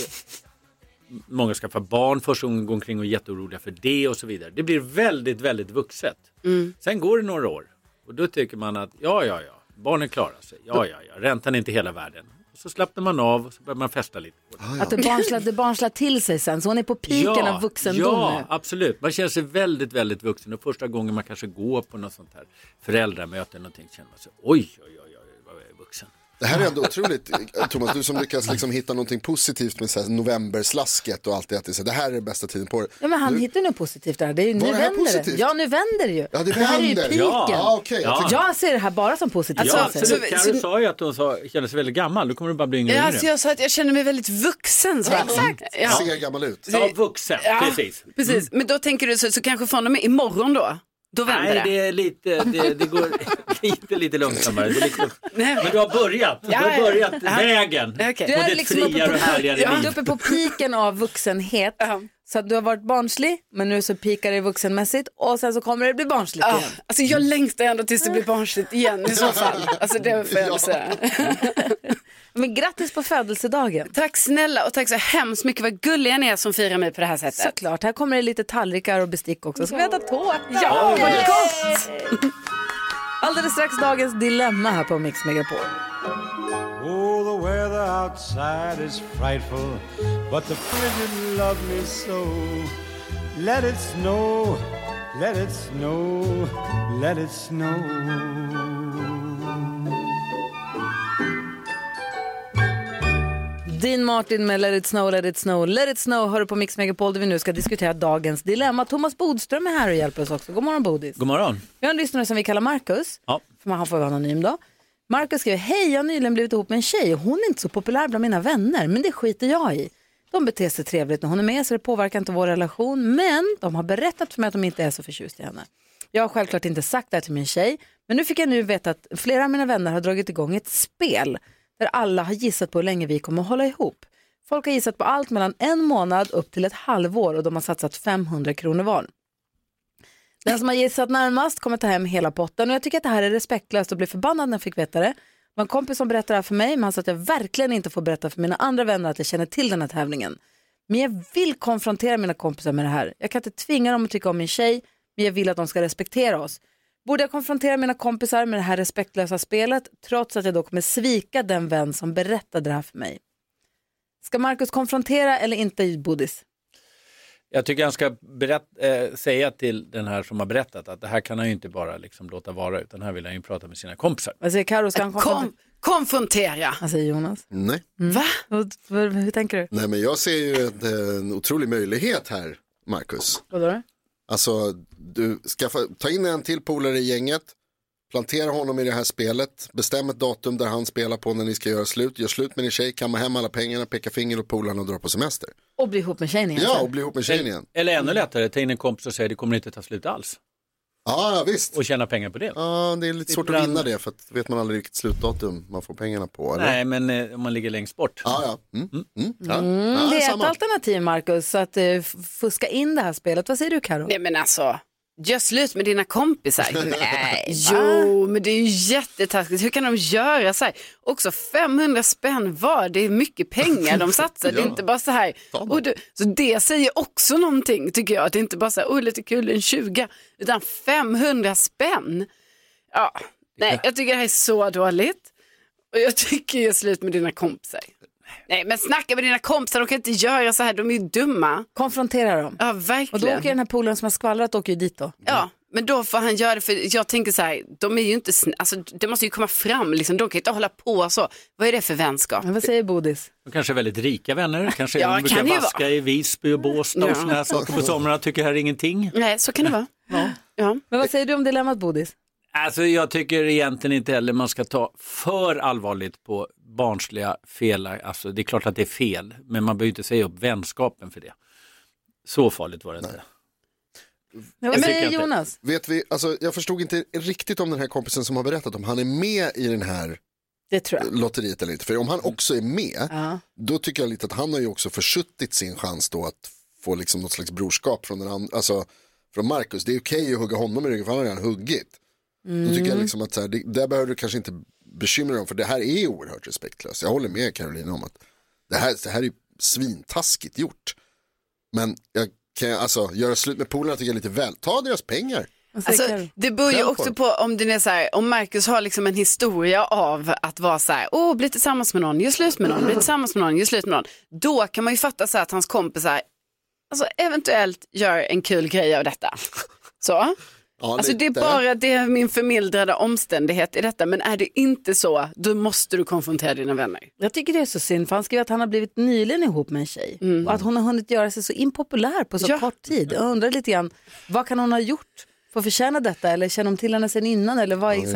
Många skaffar barn första gången, går omkring och är jätteoroliga för det och så vidare. Det blir väldigt, väldigt vuxet. Sen går det några år och då tycker man att ja, barnen klarar sig. Ja, räntan är inte hela världen. Och så slappnar man av och så börjar man festa lite. Att det barnslar till sig sen, så hon är på piken av vuxendom nu. Ja, absolut. Man känner sig väldigt, väldigt vuxen och första gången man kanske går på något sånt här föräldramöte eller någonting känner man sig, oj, vad är jag vuxen. Det här är ändå otroligt, Thomas, du som lyckas liksom hitta någonting positivt med så här novemberslasket och allt det. Att det, så det här är bästa tiden på det. Ja, men han hittar något positivt där. Det är ju, nu vänder det. Ja, nu vänder det ju. Ja, det här är ju piken. Ja, okay. Jag ser det här bara som positivt. Ja, Karin sa ju att hon kände sig väldigt gammal. Då kommer du bara bli yngre. Ja, alltså jag sa att jag känner mig väldigt vuxen. Så. Exakt. Ja. Ser gammal ut. Ja, vuxen. Ja, precis. Men då tänker du så kanske från och med imorgon då vänder det. Nej, det är lite, det går lite långsammare. Det är lite, men du har börjat vägen. Okay. Du är liksom uppe på piken av vuxenhet. Så att du har varit barnslig, men nu så pikar det vuxenmässigt och sen så kommer det bli barnsligt igen. Alltså jag längtar ändå tills det blir barnsligt igen i så fall. Alltså det får jag säga. Men grattis på födelsedagen. Tack snälla och tack så hemskt mycket. Vad gulliga ni är som firar mig på det här sättet. Såklart, här kommer det lite tallrikar och bestick också. Ska vi äta tårta? Ja, vad gott! Alldeles strax dagens dilemma här på Mix Megapol. Oh, the weather outside is frightful, but the frigid love me so. Let it snow, let it snow, let it snow. Dean Martin med Let it snow, let it snow, let it snow hör du på Mix Megapol där vi nu ska diskutera dagens dilemma. Thomas Bodström är här och hjälper oss också. God morgon, Bodis. God morgon. Vi har en lyssnare som vi kallar Marcus. Ja. För han får vara anonym då. Marcus skriver, hej, jag har nyligen blivit ihop med en tjej och hon är inte så populär bland mina vänner, men det skiter jag i. De beter sig trevligt när hon är med så det påverkar inte vår relation, men de har berättat för mig att de inte är så förtjust i henne. Jag har självklart inte sagt det här till min tjej, men nu fick jag nu veta att flera av mina vänner har dragit igång ett spel där alla har gissat på hur länge vi kommer att hålla ihop. Folk har gissat på allt mellan 1 månad upp till ett halvår och de har satsat 500 kronor var. Den som har gissat närmast kommer ta hem hela potten och jag tycker att det här är respektlöst och blir förbannad när jag fick veta det. Det var en kompis som berättade det här för mig, men han sa att jag verkligen inte får berätta för mina andra vänner att jag känner till den här tävlingen. Men jag vill konfrontera mina kompisar med det här. Jag kan inte tvinga dem att tycka om min tjej, men jag vill att de ska respektera oss. Borde jag konfrontera mina kompisar med det här respektlösa spelet trots att jag då kommer svika den vän som berättade det här för mig? Ska Marcus konfrontera eller inte, Bodis? Jag tycker han ska säga till den här som har berättat att det här kan han ju inte bara liksom låta vara, utan här vill han ju prata med sina kompisar. Vad säger Karo, ska han konfrontera? Vad säger Jonas? Nej. Va? Hur tänker du? Nej, men jag ser ju en otrolig möjlighet här, Marcus. Vadå? Alltså, du ska ta in en till polare i gänget Plantera honom i det här spelet. Bestäm ett datum där han spelar på när ni ska göra slut. Gör slut med din tjej, kamma hem alla pengarna, peka finger åt polarna och dra på semester. Och bli ihop med tjejen igen. Ja, och bli ihop med tjejen igen. Eller ännu lättare, ta in en kompis och säga det kommer inte ta slut alls. Ja, visst. Och tjäna pengar på det. Ja, det är lite svårt att vinna det för att vet man aldrig riktigt slutdatum man får pengarna på. Eller? Nej, men om man ligger längst bort. Ja. Det är ett alternativ, Marcus, att fuska in det här spelet. Vad säger du, Karo? Nej, men alltså, gör slut med dina kompisar. Nej. Jo, men det är ju jättetaskigt. Hur kan de göra så här? Också 500 spänn var, det är mycket pengar de satsar. Det är inte bara så här. Så det säger också någonting, tycker jag. Det är inte bara så här, lite kul, en 20. Utan 500 spänn. Ja, nej, jag tycker det här är så dåligt. Och jag tycker gör slut med dina kompisar. Nej, men snacka med dina kompisar, de kan inte göra så här, de är ju dumma. Konfrontera dem. Ja, verkligen. Och då åker den här polaren som har skvallrat åker ju dit då. Ja, men då får han göra det, för jag tänker så här, de är ju inte, alltså det måste ju komma fram liksom, de kan inte hålla på så. Vad är det för vänskap? Men vad säger Bodis? De kanske är väldigt rika vänner, kanske ja, de brukar vaska i Visby och Båstad och såna här saker på somrarna, tycker här är ingenting. Nej, så kan det vara. Ja. Men vad säger du om dilemmat, Bodis? Alltså jag tycker egentligen inte heller man ska ta för allvarligt på barnsliga fel. Alltså det är klart att det är fel, men man behöver inte säga upp vänskapen för det. Så farligt var det inte. Vad säger Jonas? Vet vi, alltså, jag förstod inte riktigt om den här kompisen som har berättat om han är med i den här lotteriet eller inte. För om han också är med, då tycker jag lite att han har ju också försuttit sin chans då att få liksom något slags brorskap från den andra, alltså från Marcus. Det är okej att hugga honom i ryggen för han har redan huggit. Då tycker jag liksom att så här, där behöver du kanske inte bekymra dig om, för det här är oerhört respektlöst. Jag håller med Carolina om att det här är svintaskigt gjort. Men jag kan alltså göra slut med polarna tycker jag lite väl. Ta deras pengar. Alltså, det beror ju också på om det är så här, om Marcus har liksom en historia av att vara så här, bli tillsammans med någon, gör slut med någon, bli tillsammans med någon, gör slut med någon. Då kan man ju fatta så här att hans kompisar alltså eventuellt gör en kul grej av detta. Så. Ja, alltså det är min förmildrade omständighet i detta, men är det inte så, då måste du konfrontera dina vänner. Jag tycker det är så synd, för han skriver att han har blivit nyligen ihop med en tjej och att hon har hunnit göra sig så impopulär på så kort tid. Jag undrar lite grann, vad kan hon ha gjort för att förtjäna detta, eller känner de till henne sedan innan, eller vad är så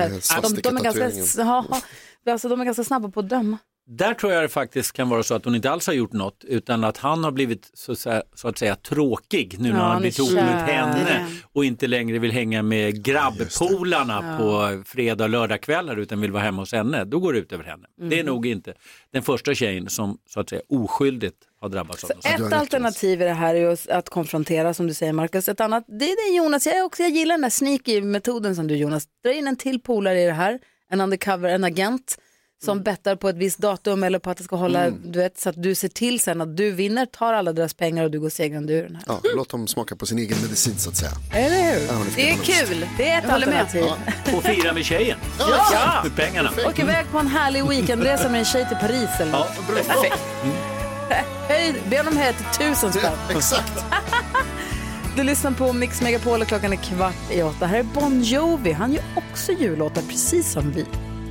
här, de är ganska snabba på att döma. Där tror jag det faktiskt kan vara så att hon inte alls har gjort något, utan att han har blivit så att säga tråkig nu när han har blivit ihop med henne och inte längre vill hänga med grabbpolarna på fredag och lördagkvällar utan vill vara hemma hos henne. Då går det ut över henne. Det är nog inte den första tjejen som så att säga oskyldigt har drabbats av något. Ett alternativ i det här är ju att konfrontera, som du säger, Marcus. Ett annat, det är det, Jonas. Jag gillar den där sneaky-metoden som du, Jonas. Dra in en till polare i det här, en undercover, en agent som bettar på ett visst datum eller på att det ska hålla, du vet, så att du ser till sen att du vinner, tar alla deras pengar och du går segrande ur den här. Ja, låt dem smaka på sin egen medicin så att säga. Eller hur? Ja, det är kul. Det är ett alternativ. Och fira med tjejen. Ja! Pengarna. Och iväg på en härlig weekendresa med en tjej till Paris eller något. Perfekt. Be dem höja till 1000 spänn. Exakt. Du lyssnar på Mix Megapol och klockan är 7:15. Här är Bon Jovi. Han gör också jullåtar precis som vi.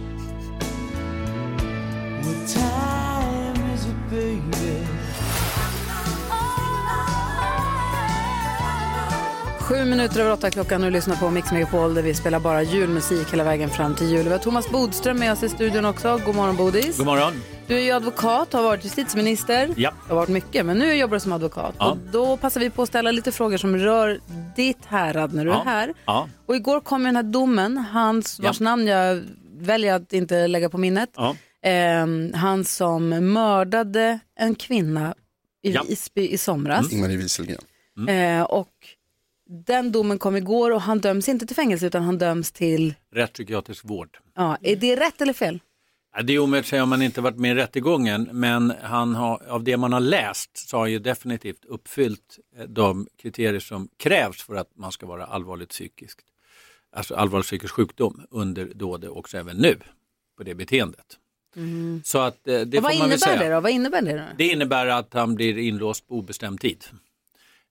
7:07 klockan och lyssnar på Mix Megapol där vi spelar bara julmusik hela vägen fram till jul. Vi har Thomas Bodström med oss i studion också. God morgon, Bodis. God morgon. Du är ju advokat, har varit justitieminister. Ja. Har varit mycket, men nu jobbar du som advokat. Ja. Och då passar vi på att ställa lite frågor som rör ditt härad när du är här. Ja. Och igår kom den här domen, vars namn jag väljer att inte lägga på minnet. Ja. Han som mördade en kvinna i Visby i somras. Marie Wieselgren. Och den domen kom igår och han döms inte till fängelse utan han döms till rättspsykiatrisk vård. Ja, är det rätt eller fel? Ja, det är omöjligt att säga om man inte varit med i rättegången, men han har, av det man har läst så har han ju definitivt uppfyllt de kriterier som krävs för att man ska vara allvarlig psykisk sjukdom under dådet och även nu på det beteendet. Så att det får man väl säga. Vad innebär det då? Det innebär att han blir inlåst på obestämd tid.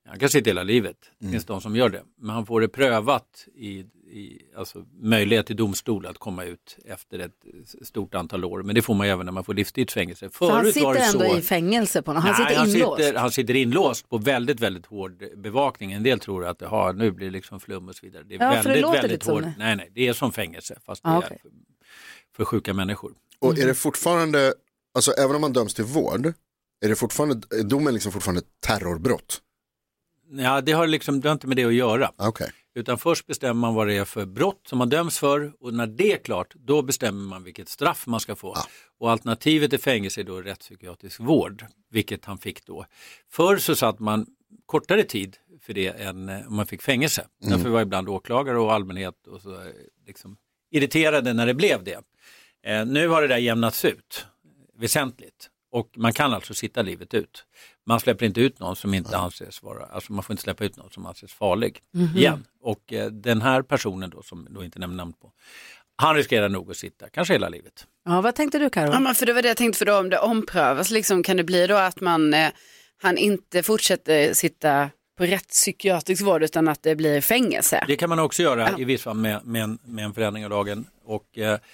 Han kan sitta hela livet. Det finns de som gör det. Men han får det prövat i alltså möjlighet till domstol att komma ut efter ett stort antal år. Men det får man även när man får livstidsfängelse. Så han sitter ändå i fängelse på något? Han sitter inlåst på väldigt, väldigt hård bevakning. En del tror att nu blir det liksom flum och så vidare. Det är väldigt hård. Nej, det är som fängelse fast det är för sjuka människor. Och är det fortfarande, alltså även om man döms till vård, är domen liksom fortfarande terrorbrott? Ja, det har inte med det att göra. Okay. Utan först bestämmer man vad det är för brott som man döms för och när det är klart, då bestämmer man vilket straff man ska få. Och alternativet till fängelse är då rättspsykiatrisk vård, vilket han fick då. Förr så satt man kortare tid för det än om man fick fängelse. Därför var ibland åklagare och allmänhet och så irriterade när det blev det. Nu har det där jämnats ut väsentligt. Och man kan alltså sitta livet ut. Man släpper inte ut någon som inte anses vara, alltså man får inte släppa ut någon som anses farlig igen. Och den här personen då, som då inte nämner namn på, han riskerar nog att sitta, kanske hela livet. Ja, vad tänkte du, Karo? Ja, men för det var det jag tänkte, för då om det omprövas, liksom, kan det bli då att han inte fortsätter sitta på rättspsykiatrisk vård utan att det blir fängelse? Det kan man också göra i vissa fall med en förändring av lagen. Och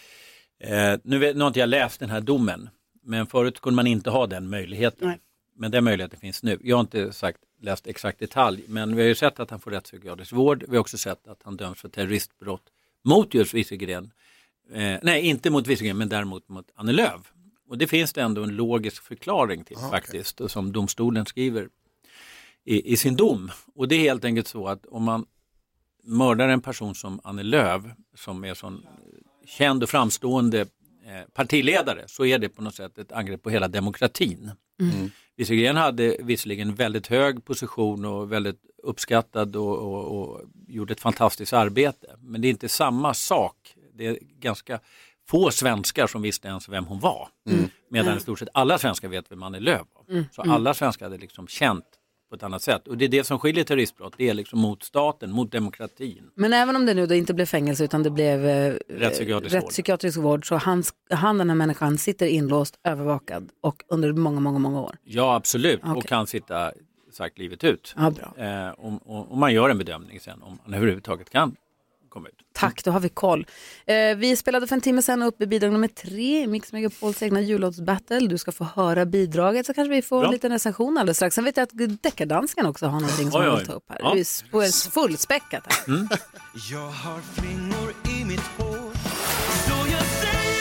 nu har inte jag läst den här domen. Men förut kunde man inte ha den möjligheten. Nej. Men den möjligheten finns nu. Jag har inte läst exakt detalj. Men vi har ju sett att han får rättspsykiatrisk vård. Vi har också sett att han döms för terroristbrott mot just Wieselgren. Nej, inte mot Wieselgren, men däremot mot Annie Lööf. Och det finns det ändå en logisk förklaring till faktiskt. Som domstolen skriver i sin dom. Och det är helt enkelt så att om man mördar en person som Annie Lööf, som är sån känd och framstående partiledare, så är det på något sätt ett angrepp på hela demokratin. Wieselgren hade visserligen väldigt hög position och väldigt uppskattad och gjorde ett fantastiskt arbete. Men det är inte samma sak. Det är ganska få svenskar som visste ens vem hon var. Medan i stort sett alla svenskar vet vem Annie Lööf var. Så alla svenskar hade liksom känt på ett annat sätt. Och det är det som skiljer terroristbrott. Det är liksom mot staten, mot demokratin. Men även om det nu då inte blev fängelse utan det blev rättspsykiatrisk vård, så han den här människan sitter inlåst, övervakad och under många, många, många år. Ja, absolut. Okay. Och kan sitta livet ut. Ja, bra. Om man gör en bedömning sen om man överhuvudtaget kan komma ut. Tack, då har vi koll. Vi spelade för en timme sedan upp i bidrag nummer 3 i Mix Megapols egna jullåtsbattle. Du ska få höra bidraget, så kanske vi får en liten recension alldeles strax. Sen vet jag att Deckardansken också har någonting som jag vill ta upp här. Det är fullspäckat här. Jag har flingor i mitt hår, så jag säger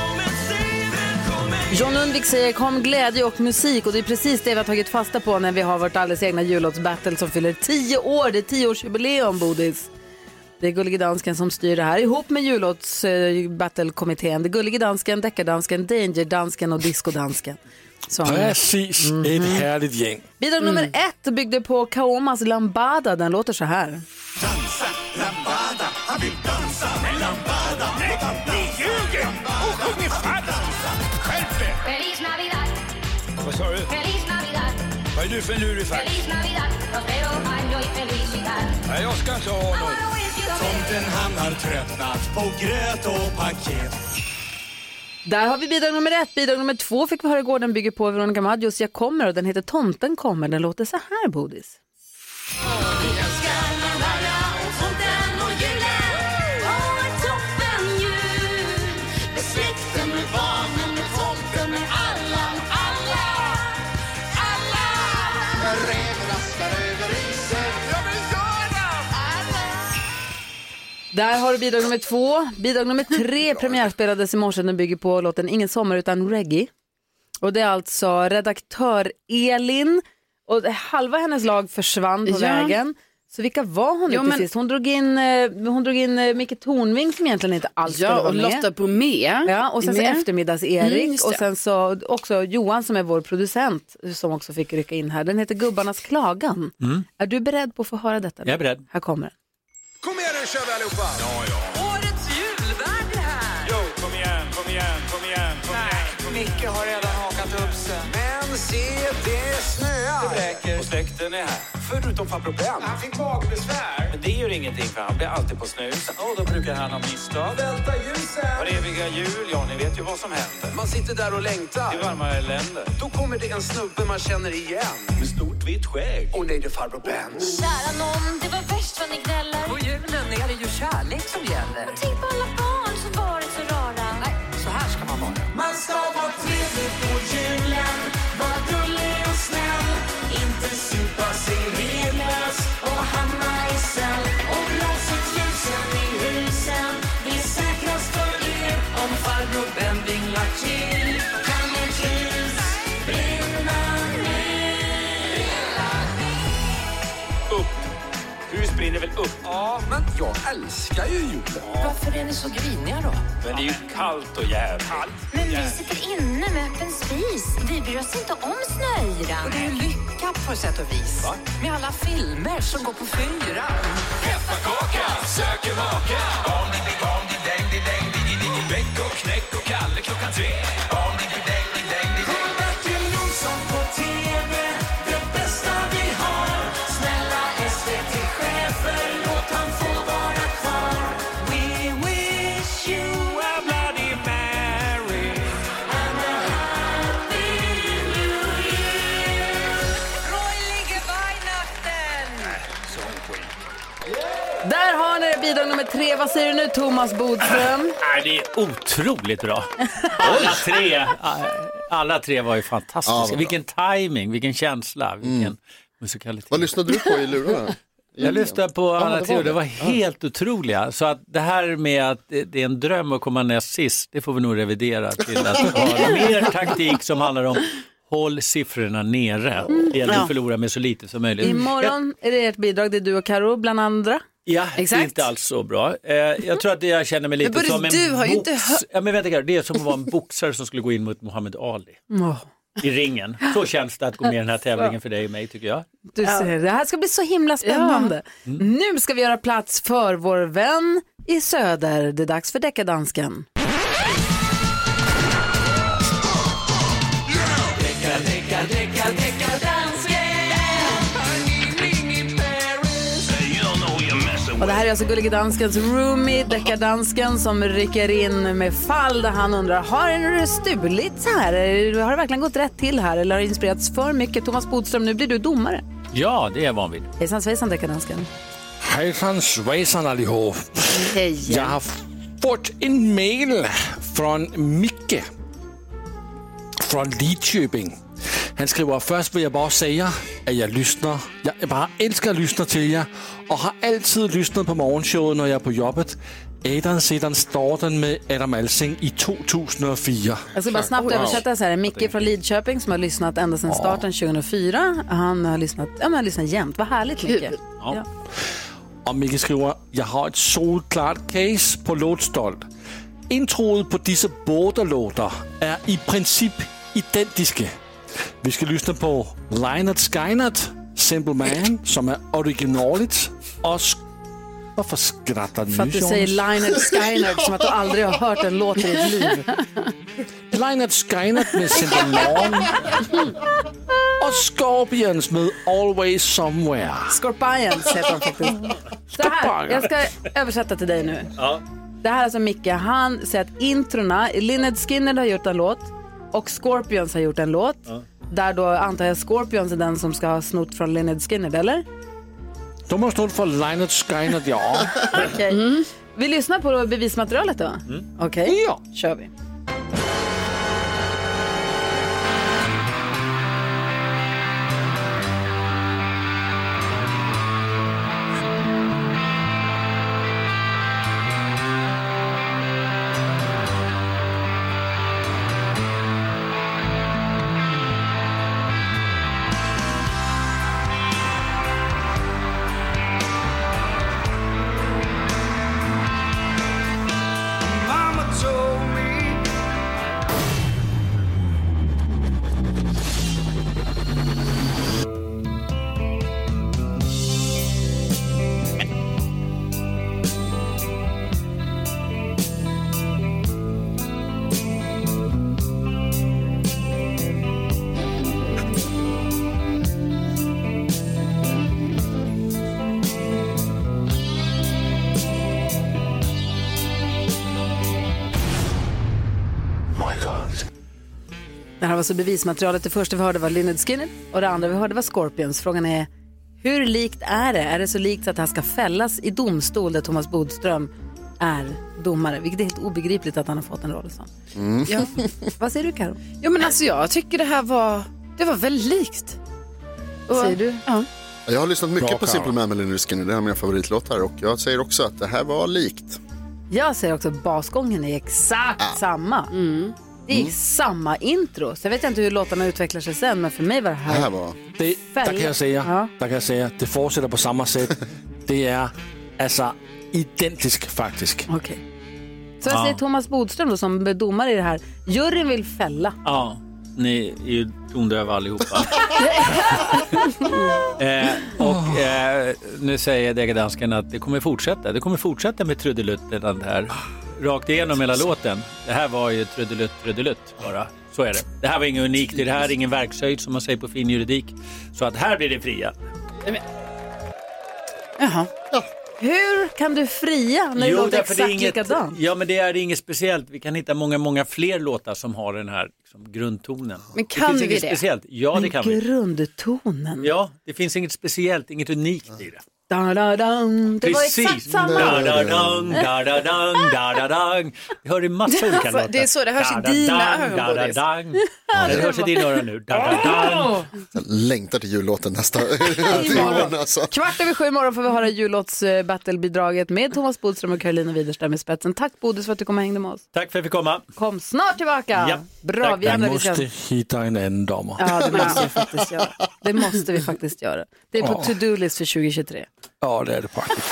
välkommen. John Undvik säger kom glädje och musik, och det är precis det vi har tagit fasta på när vi har vårt alldeles egna jullåtsbattle som fyller 10 år. Det är 10-årsjubileum, Bodis. Det är Gullige Dansken som styr det här ihop med jullåts-battle-kommittén. Det är Gullige Dansken, Deckardansken, Danger-dansken och Disco-dansken. Precis, ett härligt gäng. Bidrag nummer 1 byggde på Kaomas Lambada. Den låter så här. Dansa, Lambada, han vill dansa med Lambada. Nej, ni ljuger och sjunger falskt. Skärp er! Feliz Navidad. Vad sa du? Feliz Navidad. Vad är du för lurifax? Feliz Navidad, prospero año y felicidad. Nej, jag ska inte ha något. Tomten han har tröttnat på gröt och paket. Där har vi bidrag nummer 1. Bidrag nummer 2 fick vi höra igår. Den bygger på Veronica Maggios Jag kommer, och den heter Tomten kommer. Den låter så här, Bodis. Vi älskar Lavala och tomten och julen. Och ett toppen jul. Med släkten, med barnen, med tomten, med alla. Med rävraskar över isen. Ja, men gör det! Där har du bidrag nummer 2. Bidrag nummer 3 premiärspelades i morse. Den bygger på låten Ingen sommar utan reggae. Och det är alltså redaktör Elin. Och halva hennes lag försvann på vägen. Så vilka var hon till sist? Hon drog in Micke Tornving som egentligen inte alls skulle vara med. Ja, och Lotta Bromé. Ja, och sen så eftermiddags-Erik. Och sen så också Johan som är vår producent som också fick rycka in här. Den heter Gubbarnas klagan. Är du beredd på att få höra detta? Jag är beredd. Här kommer den. Kom igen nu, kör vi allihopa! Ja. Årets julvärd är här! Jo, kom igen. Micke har redan hakat upp sig. Men se, det snöar. Det räcker. Och släkten är här. Förutom farbror Ben. Han fick magbesvär. Men det gör ingenting, för han blir alltid på snus. Och då brukar han ha misstag. Välta ljusen. Var eviga jul, ja ni vet ju vad som händer. Man sitter där och längtar. Det varmare länder. Då kommer det en snubbe man känner igen. Med stort uppvitt skägg. Och nej, det är farbror Benz. Kära nån, det var värst vad ni gnäller. På julen är det ju kärlek som gäller. Och tänk på alla barn som varit så rara. Nej, så här ska man vara. Man ska vara trevlig på julen. Var gullig och snäll. Inte supa sig redlös och hamna i cell. Och blåset ljusen i husen. Det är säkrast för er om farbror Ben vinglar till. Kan ett hus brinna ner? Upp. Hus brinner väl upp? Ja, men jag älskar ju julen. Varför är ni så griniga då? Men det är ju kallt och jävligt. Men vi sitter inne med öppen spis. Vi bryr oss inte om snöyran. Och det är ju lyckat på sätt och vis. Va? Med alla filmer som går på 4. Pepparkaka, söker maka. Om det blir om det däng, det däng, det däng. Bäck och knäck och Kalle klockan 3. Om det blir däng, det däng, det däng. Bertil Jonsson på TV, det bästa vi har. Snälla SVT-chefer, låt han få vara kvar. We wish you a bloody Mary and a happy new year. Rolige Weihnachten! Där har ni det, bidrag nummer 3. Vad säger du nu, Thomas Bodström? Nej, det är otroligt bra. Alla tre var ju fantastiska. Ja, vilken timing, vilken känsla, vilken musikalitet. Vad lyssnade du på i lurarna? Jag lyssnade på alla tre och det var Ja. helt otroliga. Så att det här med att det är en dröm att komma näst sist, det får vi nog revidera till att ha mer taktik som handlar om håll siffrorna nere. Det gäller att förlora med så lite som möjligt. Imorgon är det ert bidrag, det är du och Karo bland andra. Ja, Exakt. det är inte alls så bra. Jag tror att jag känner mig lite Men som en du har ju inte ja, men vänta, det är som att vara en boxare som skulle gå in mot Muhammad Ali i ringen. Så känns det att gå med i den här tävlingen för dig och mig, tycker jag. Du ser, det här ska bli så himla spännande. Nu ska vi göra plats för vår vän i söder. Det är dags för Deckardansken. Och det här är alltså Gullige Danskens roomie, Deckardansken, som rycker in med fall där han undrar, har det stulits här? Har det verkligen gått rätt till här? Eller har det inspirerats för mycket? Thomas Bodström, nu blir du domare. Ja, det är jag van vid. Hejsan svejsan, Deckardansken. Hejsan svejsan allihop. Hej. Jag har fått en mail från Micke från Lidköping. Han skriver, först vill jag bara säga att jag lyssnar. Jag bara älskar att lyssna till er och har alltid lyssnat på morgonshowet när jag är på jobbet. Ädan sedan starten med Adam Alsing i 2004. Jag ska bara snabbt översätta så här. Micke från Lidköping som har lyssnat ända sedan starten 2004. Han har lyssnat, jämt. Vad härligt, Micke. Ja. Och Micke skriver, jag har ett solklart case på låtstolt. Introet på disse båda låtar är i princip identiska. Vi ska lyssna på Lynyrd Skynyrd, Simple Man, som är originalet. Och varför skrattar du? För att du säger Lynyrd Skynyrd som att du aldrig har hört en låt i ditt liv. Lynyrd Skynyrd med Simple Man. Och Scorpions med Always Somewhere. Scorpions heter de faktiskt. Så här, jag ska översätta till dig nu. Ja. Det här är alltså Micke, han säger att introna, Lynyrd Skynyrd har gjort en låt och Scorpions har gjort en låt. Ja. Där då antar jag Scorpions är den som ska ha snott från Lynyrd Skynyrd, eller? De har snott från Lynyrd Skynyrd, ja. Okej. Vi lyssnar på bevismaterialet då? Okej, ja. Kör vi. Mama told me Det här var så bevismaterialet. Det första vi hörde var Lynyrd Skynyrd och det andra vi hörde var Scorpions. Frågan är, hur likt är det? Är det så likt att det här ska fällas i domstol där Thomas Bodström är domare? Vilket är helt obegripligt att han har fått en roll som. Ja. Vad säger du, Karo? Ja, men alltså jag tycker det var väldigt likt. Säger du? Ja. Jag har lyssnat mycket på Simple Man med Lynyrd Skynyrd. Det är mina favoritlåtar och jag säger också att det här var likt. Jag säger också att basgången är exakt samma. Det är samma intro. Så jag vet inte hur låtarna utvecklar sig sen, men för mig var det här... Där kan jag säga, det fortsätter på samma sätt. Det är alltså identisk faktiskt. Okej. Så jag säger Thomas Bodström då, som domare i det här. Juryn vill fälla. Ja, ni är ju tondöva allihopa. Nu säger Degerdansken att det kommer fortsätta. Det kommer fortsätta med trudelutten här. Rakt igenom hela låten. Det här var ju trudelutt bara. Så är det. Det här var inget unikt. Det här är ingen verkshöjd som man säger på fin juridik. Så att här blir det fria. Jaha. Ja. Hur kan du fria när det låter exakt likadant? Ja, men det är inget speciellt. Vi kan hitta många fler låtar som har den här liksom, grundtonen. Men kan vi det? Speciellt. Ja, det kan vi. Grundtonen? Ja, det finns inget speciellt, inget unikt i det. Det var exakt samma. Det hör i massa olika låtar. Det är så, det hörs i dina öron. Det hörs i dina öron nu. Jag längtar till jullåten nästa. 6:15 imorgon får vi höra jullåts-battlebidraget med Thomas Bodström och Carolina Widerström i spetsen. Tack Bodis för att du kom och hängde med oss. Tack för att jag fick komma. Kom snart tillbaka. Ja. Bra, vi måste hitta en annan domare. Ja, det måste vi faktiskt göra. Det måste vi faktiskt göra. Det är på to-do-list för 2023. Ja, det är det faktiskt.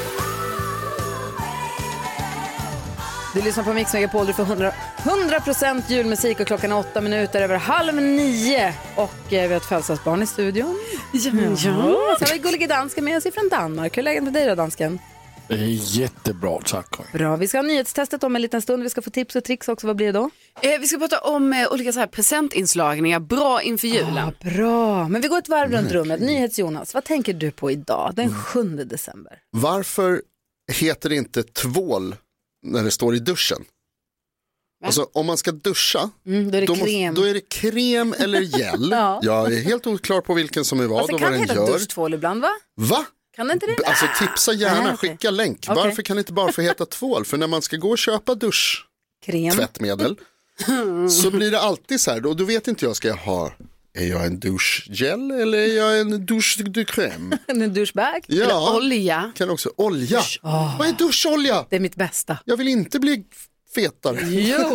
Du lyssnar på Mix Megapol, du får 100% julmusik och klockan är 8 minuter över 8:30. Och vi har ett födelsedagsbarn i studion. Ja. Så har vi gullige dansken med oss ifrån Danmark. Hur är läget med dig då, dansken? Det är jättebra, tack. Bra, vi ska ha nyhetstestet om en liten stund. Vi ska få tips och tricks också. Vad blir det då? Vi ska prata om olika så här presentinslagningar bra inför julen. Bra, men vi går ett varv runt rummet. NyhetsJonas, vad tänker du på idag, den 7 december? Varför heter det inte tvål när det står i duschen? Alltså om man ska duscha då är det krem eller gel. Ja. Jag är helt oklar på vilken som är vad och vad den heta gör. Duschtvål ibland, va? Va? Kan det inte det? Alltså tipsa gärna, skicka länk. Okay. Varför kan det inte bara få heta tvål? För när man ska gå och köpa tvättmedel så blir det alltid så här. Då vet inte jag, är jag en duschgel eller är jag en douche de crème? En douchebag? Ja. Eller olja? Kan också. Olja. Vad är duscholja? Det är mitt bästa. Jag vill inte bli fetare. Jo.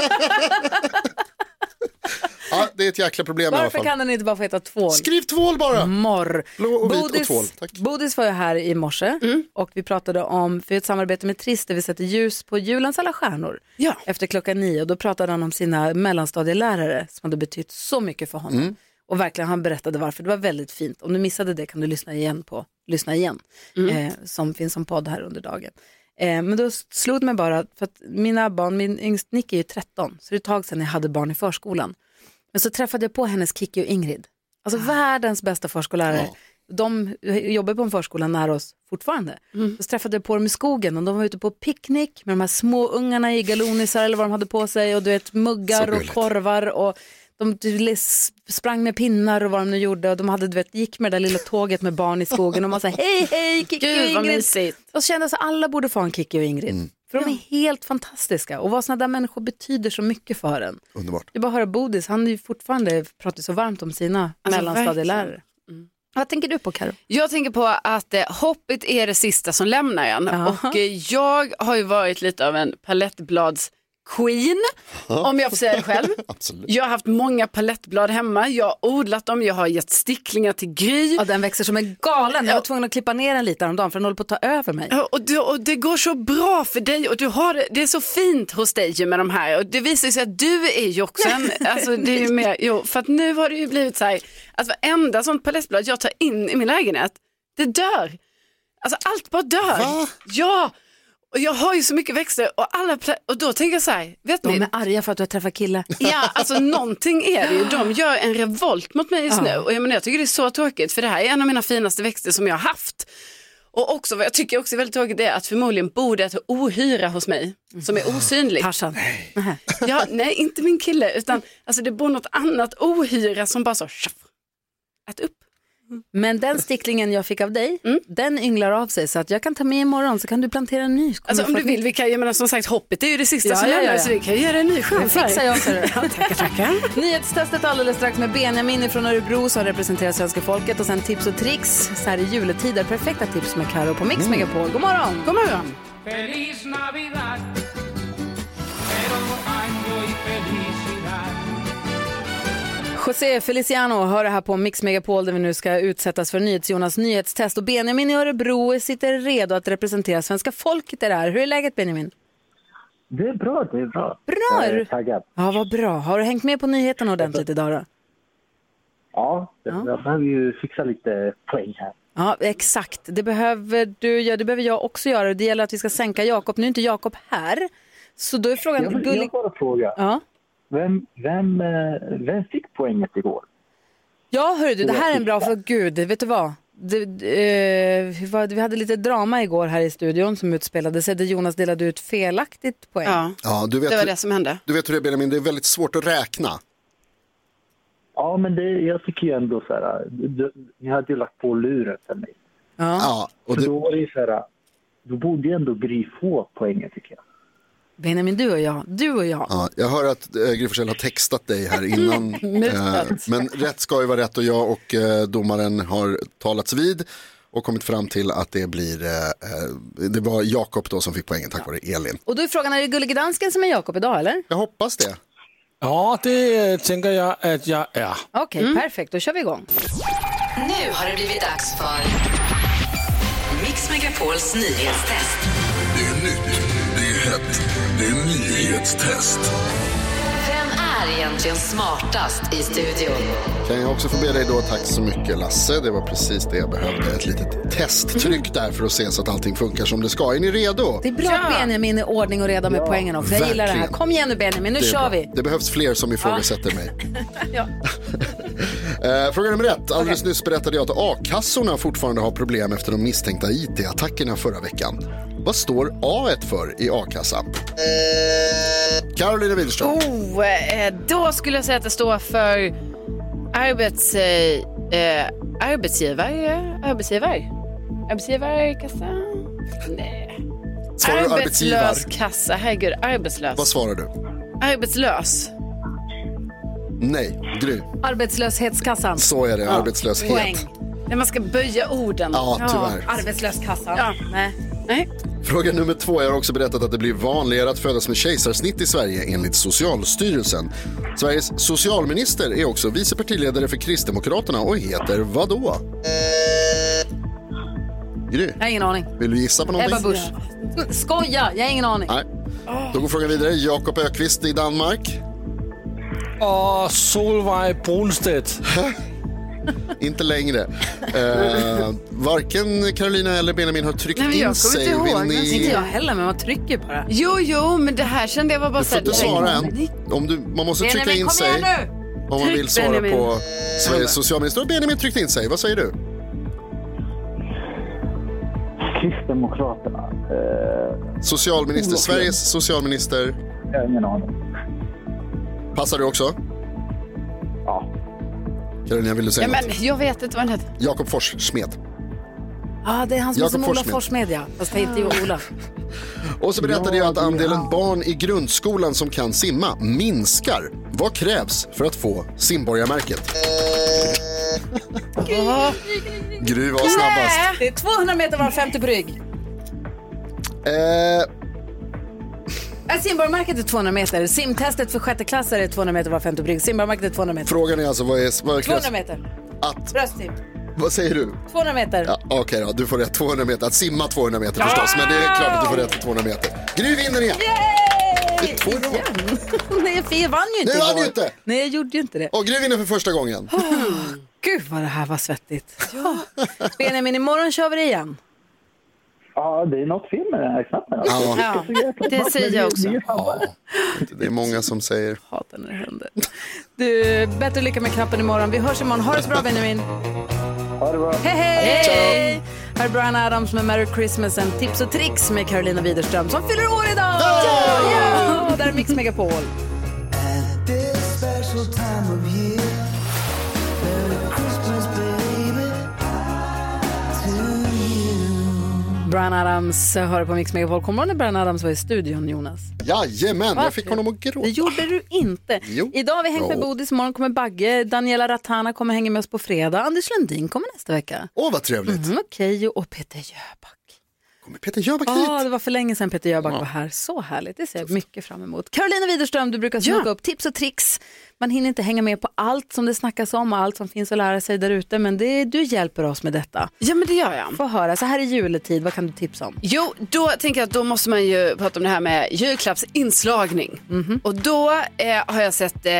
Ja, det är ett jäkla problem i alla fall. Varför kan den inte bara få heta tvål? Skriv tvål bara. Bodis var ju här i morse och vi pratade om, för ett samarbete med Trist där vi sätter ljus på julens alla stjärnor efter klockan 9. Och då pratade han om sina mellanstadielärare som hade betytt så mycket för honom. Och verkligen han berättade varför. Det var väldigt fint. Om du missade det kan du lyssna igen som finns som podd här under dagen. Men då slog det mig bara, för att mina barn, min yngst Nick är ju 13, så det är ett tag sedan jag hade barn i förskolan. Men så träffade jag på hennes Kiki och Ingrid. Alltså världens bästa förskollärare. De jobbar på en förskola nära oss fortfarande. Så träffade jag på dem i skogen och de var ute på picknick med de här små ungarna i galonisar eller vad de hade på sig. Och du vet, muggar och korvar och de sprang med pinnar och vad de nu gjorde. Och de hade, gick med det där lilla tåget med barn i skogen. Och man sa hej Kiki och Ingrid. Och så kände jag att alla borde få en Kiki och Ingrid. För de är helt fantastiska. Och vad sådana där människor betyder så mycket för en. Underbart. Jag bara höra Bodis, han är ju fortfarande pratar så varmt om sina mellanstadielärare. Vad tänker du på, Karo? Jag tänker på att hoppet är det sista som lämnar en. Och jag har ju varit lite av en palettblads queen, om jag får säga det själv. Jag har haft många palettblad hemma. Jag har odlat dem, jag har gett sticklingar till Gry. Ja, den växer som en galen. Jag var tvungen att klippa ner den lite om dagen för den håller på att ta över mig. Och det går så bra för dig och du har det är så fint hos dig med de här. Och det visar sig att du är ju också en, alltså det är ju mer, för att nu har det ju blivit så här att varenda sånt palettblad jag tar in i min lägenhet, det dör. Alltså allt bara dör. Va? Ja. Och jag har ju så mycket växter och då tänker jag så här, vet ni? De är arga för att du har träffat killar. Ja, alltså någonting är det ju. De gör en revolt mot mig just nu. Och jag tycker det är så tråkigt för det här är en av mina finaste växter som jag har haft. Och också, vad jag tycker också är väldigt tråkigt är att förmodligen bor det ett ohyra hos mig som är osynligt. Tarzan. Ja, nej, inte min kille, utan alltså det bor något annat ohyra som bara så ät upp. Men den sticklingen jag fick av dig, den ynglar av sig så att jag kan ta med imorgon så kan du plantera en ny. Alltså om du vill, vi kan, jag menar som sagt, hoppet är ju det sista som lämnar så vi kan göra en ny chans. Det fixar jag. Tackar. Nyhetstestet alldeles strax med Benjamin från Örebro som representerar svenska folket och sen tips och tricks så här i juletider. Perfekta tips med Karo på Mix Megapol. God morgon! God morgon! Feliz Navidad. Pero año y felicidad. José Feliciano hör det här på Mix Megapol där vi nu ska utsättas för NyhetsJonas nyhetstest och Benjamin i Örebro sitter redo att representera svenska folket i det här. Hur är läget, Benjamin? Det är bra. Bra! Jag är taggad. Ja, vad bra. Har du hängt med på nyheterna ordentligt idag då? Ja, jag behöver ju fixa lite poäng här. Ja, exakt. Det behöver du göra. Det behöver jag också göra. Det gäller att vi ska sänka Jakob. Nu är inte Jakob här. Så då är frågan... Jag bara fråga. Ja. Vem fick poänget igår? Ja, hörru du, det här är en bra för gud. Vet du vad? Vi hade lite drama igår här i studion som utspelade sig där Jonas delade ut felaktigt poäng. Ja, du vet, det var det som hände. Du vet hur det är, Benjamin, det är väldigt svårt att räkna. Ja, men jag tycker ju ändå så här, ni hade ju lagt på luren för mig. Ja. Och då var det ju så här, då borde ju ändå Gry få poängen tycker jag. Benjamin, du och jag. Ja, jag hör att Gry Forssell har textat dig här innan. Men rätt ska ju vara rätt och jag och domaren har talats vid och kommit fram till att det var Jakob då som fick poängen tack vare Elin. Och då är frågan, är det Gullige Dansken som är Jakob idag eller? Jag hoppas det. Ja, det tänker jag att jag är. Okej, perfekt. Då kör vi igång. Nu har det blivit dags för Mix Megapols nyhetstest. Det är nytt, det är hett, det är nyhetstest. Vem är egentligen smartast i studion? Kan jag också få be dig då, tack så mycket Lasse. Det var precis det jag behövde. Ett litet testtryck där för att se så att allting funkar som det ska. Är ni redo? Det är bra att Benjamin är ordning och reda med poängen också. Jag gillar det här. Kom igen nu Benjamin, nu kör vi. Det behövs fler som ifrågasätter mig. Fråga nummer 1. Alldeles nyss berättade jag att a-kassorna fortfarande har problem efter de misstänkta IT-attackerna förra veckan. Vad står A1 för i a-kassan? Carolina Widerström. Då skulle jag säga att det står för arbetsgivarkassa. Nej. Arbetslös kassa. Herregud, arbetslös. Vad svarar du? Arbetslös. Nej, Gry. Arbetslöshetskassan. Så är det, arbetslöshet. Poäng. När man ska böja orden. Ja, tyvärr. Arbetslöskassan. Ja. Nej. Fråga nummer 2. Jag har också berättat att det blir vanligare att födas med kejsarsnitt i Sverige enligt Socialstyrelsen. Sveriges socialminister är också vicepartiledare för Kristdemokraterna och heter vadå? Gry. Jag har ingen aning. Vill du gissa på någonting? Ebba Busch. Skoja, jag har ingen aning. Nej. Då går frågan vidare. Jakob Ökvist i Danmark. Och Solveig Brunstedt. Inte längre. Varken Carolina eller Benjamin har tryckt in sig. Inte jag heller, men man trycker bara. Jo, men det här kände jag var bara så. Du får inte svara än. Man måste trycka in sig. Om man vill svara på Sveriges socialminister. Benjamin tryckt in sig. Vad säger du? Kristdemokraterna. Socialminister, Sveriges socialminister. Jag har ingen aning. Passar du också? Ja. Carolina, vill du säga något? Men jag vet inte vad han heter. Jakob Forssmed. Ja, det är han som Ola Forssmed, ja. Fast det är inte Ola. Och så berättade jag att andelen barn i grundskolan som kan simma minskar. Vad krävs för att få simborgarmärket? Gry var snabbast. Det är 200 meter var 50 på rygg. Simborgarmärket är 200 meter. Simtestet för sjätteklassare är 200 meter var 50 på rygg. Simborgarmärket är 200 meter. Frågan är alltså vad krävs? 200 meter. Bröstsim. Vad säger du? 200 meter. Ja, okej då, du får rätt 200 meter. Att simma 200 meter förstås, men det är klart att du får rätt 200 meter. Gry vinner igen! Yay! Nej, för jag vann ju inte. Nej, vann ju inte. Nej, jag gjorde ju inte det. Och Gry vinner för första gången. Gud vad det här var svettigt. Benjamin, imorgon kör vi det igen. Ja, det är något fel med den här knappen. Ja, det säger jag också. Ja, det är många som säger. Hatar när det händer. Du, bättre lycka med knappen imorgon. Vi hörs imorgon. Ha det så bra, Benjamin. Ha det bra. Hej, hej! Här är Bryan Adams med Merry Christmas, en tips och tricks med Carolina Widerström som fyller år idag. Ja! Där är Mix Megapol. Bryan Adams hör på Mix Megapol. Kommer du när Bryan Adams var i studion, Jonas? Jajamän, jag fick honom att gråta. Det gjorde du inte. Jo. Idag har vi hängt med Bodis, imorgon kommer Bagge, Daniela Ratana kommer hänga med oss på fredag, Anders Lundin kommer nästa vecka. Åh, vad trevligt. Okej, och Peter Jöback. Kommer Peter Jöback hit? Ja, det var för länge sedan Peter Jöback var här. Så härligt, det ser jag mycket fram emot. Carolina Widerström, du brukar snacka upp tips och tricks. Man hinner inte hänga med på allt som det snackas om och allt som finns att lära sig där ute, men du hjälper oss med detta. Ja, men det gör jag. Få höra, så här i juletid, vad kan du tipsa om? Jo, då tänker jag att då måste man ju prata om det här med julklappsinslagning. Och då har jag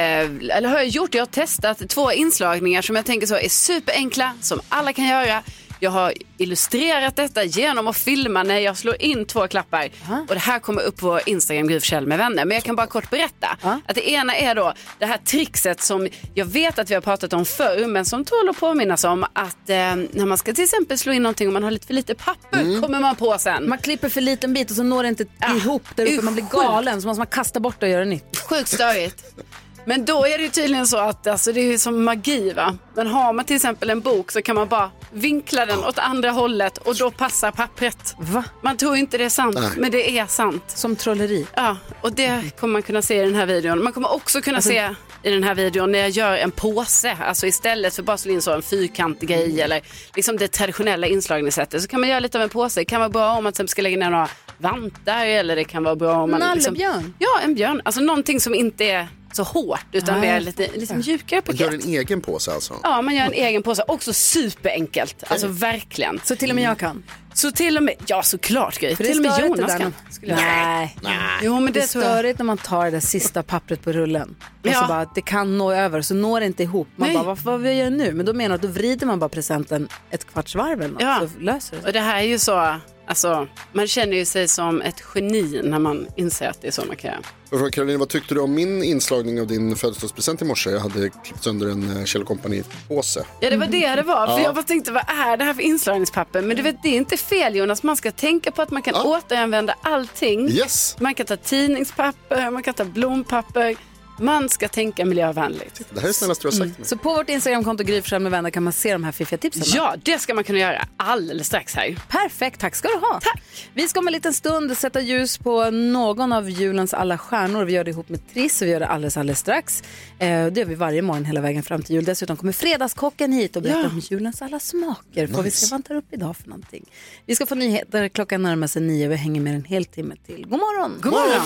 jag har testat 2 inslagningar som jag tänker så är superenkla, som alla kan göra. Jag har illustrerat detta genom att filma när jag slår in 2 klappar. Och det här kommer upp på Instagram, Gry Forssell med vänner. Men jag kan bara kort berätta att det ena är då det här trixet som jag vet att vi har pratat om förr, men som tål att påminnas om att när man ska till exempel slå in någonting och man har lite för lite papper kommer man på sen. Man klipper för liten bit och så når det inte ihop där uppe, man blir galen, så måste man kasta bort och göra nytt. Sjukt störigt. Men då är det ju tydligen så att alltså, det är som magi, va? Men har man till exempel en bok så kan man bara vinkla den åt andra hållet och då passar pappret. Va? Man tror inte det är sant, men det är sant. Som trolleri. Ja, och det kommer man kunna se i den här videon. Man kommer också kunna se i den här videon när jag gör en påse. Alltså istället för bara slå in så en fyrkantig grej eller liksom det traditionella inslagningssättet, så kan man göra lite av en påse. Det kan vara bra om man ska lägga ner några vantar, eller det kan vara bra om man... Nallebjörn? Ja, en björn. Alltså någonting som inte är så hårt utan mer lite mjukare paket. Man gör en egen påse alltså? Ja, man gör en egen påse. Också superenkelt. Alltså verkligen. Så till och med jag kan? Så till och med, ja såklart Gry. Till och med Jonas kan. Nej. Jo, men det är störigt när man tar det där sista pappret på rullen. Och så bara, det kan nå över, så når det inte ihop. Man bara, vad vill jag göra nu? Men då menar jag att då vrider man bara presenten ett kvartsvarv eller något, så löser det. Och det här är ju så, alltså, man känner ju sig som ett geni när man inser att det är så man kan göra. Carolina, vad tyckte du om min inslagning av din födelsedagspresent i morse? Jag hade klippt sönder en Kjell & Company-påse. Ja, det var det var. För jag bara tänkte, vad är det här för inslagningspapper? Men du vet, det är inte fel, Jonas. Man ska tänka på att man kan återanvända allting. Yes. Man kan ta tidningspapper, man kan ta blompapper. Man ska tänka miljövänligt. Det här är snällast du har sagt. Så på vårt Instagramkonto Gry Forssell med vänner kan man se de här fiffiga tipsen. Ja, det ska man kunna göra alldeles strax här. Perfekt, tack ska du ha. Tack. Vi ska om en liten stund sätta ljus på någon av julens alla stjärnor. Vi gör det ihop med Triss och vi gör det alldeles strax. Det gör vi varje morgon hela vägen fram till jul. Dessutom kommer fredagskocken hit och berättar om julens alla smaker. Får vi se vad han tar upp idag för någonting. Vi ska få nyheter, klockan närmar sig 9. Vi hänger med en hel timme till. God morgon. God morgon.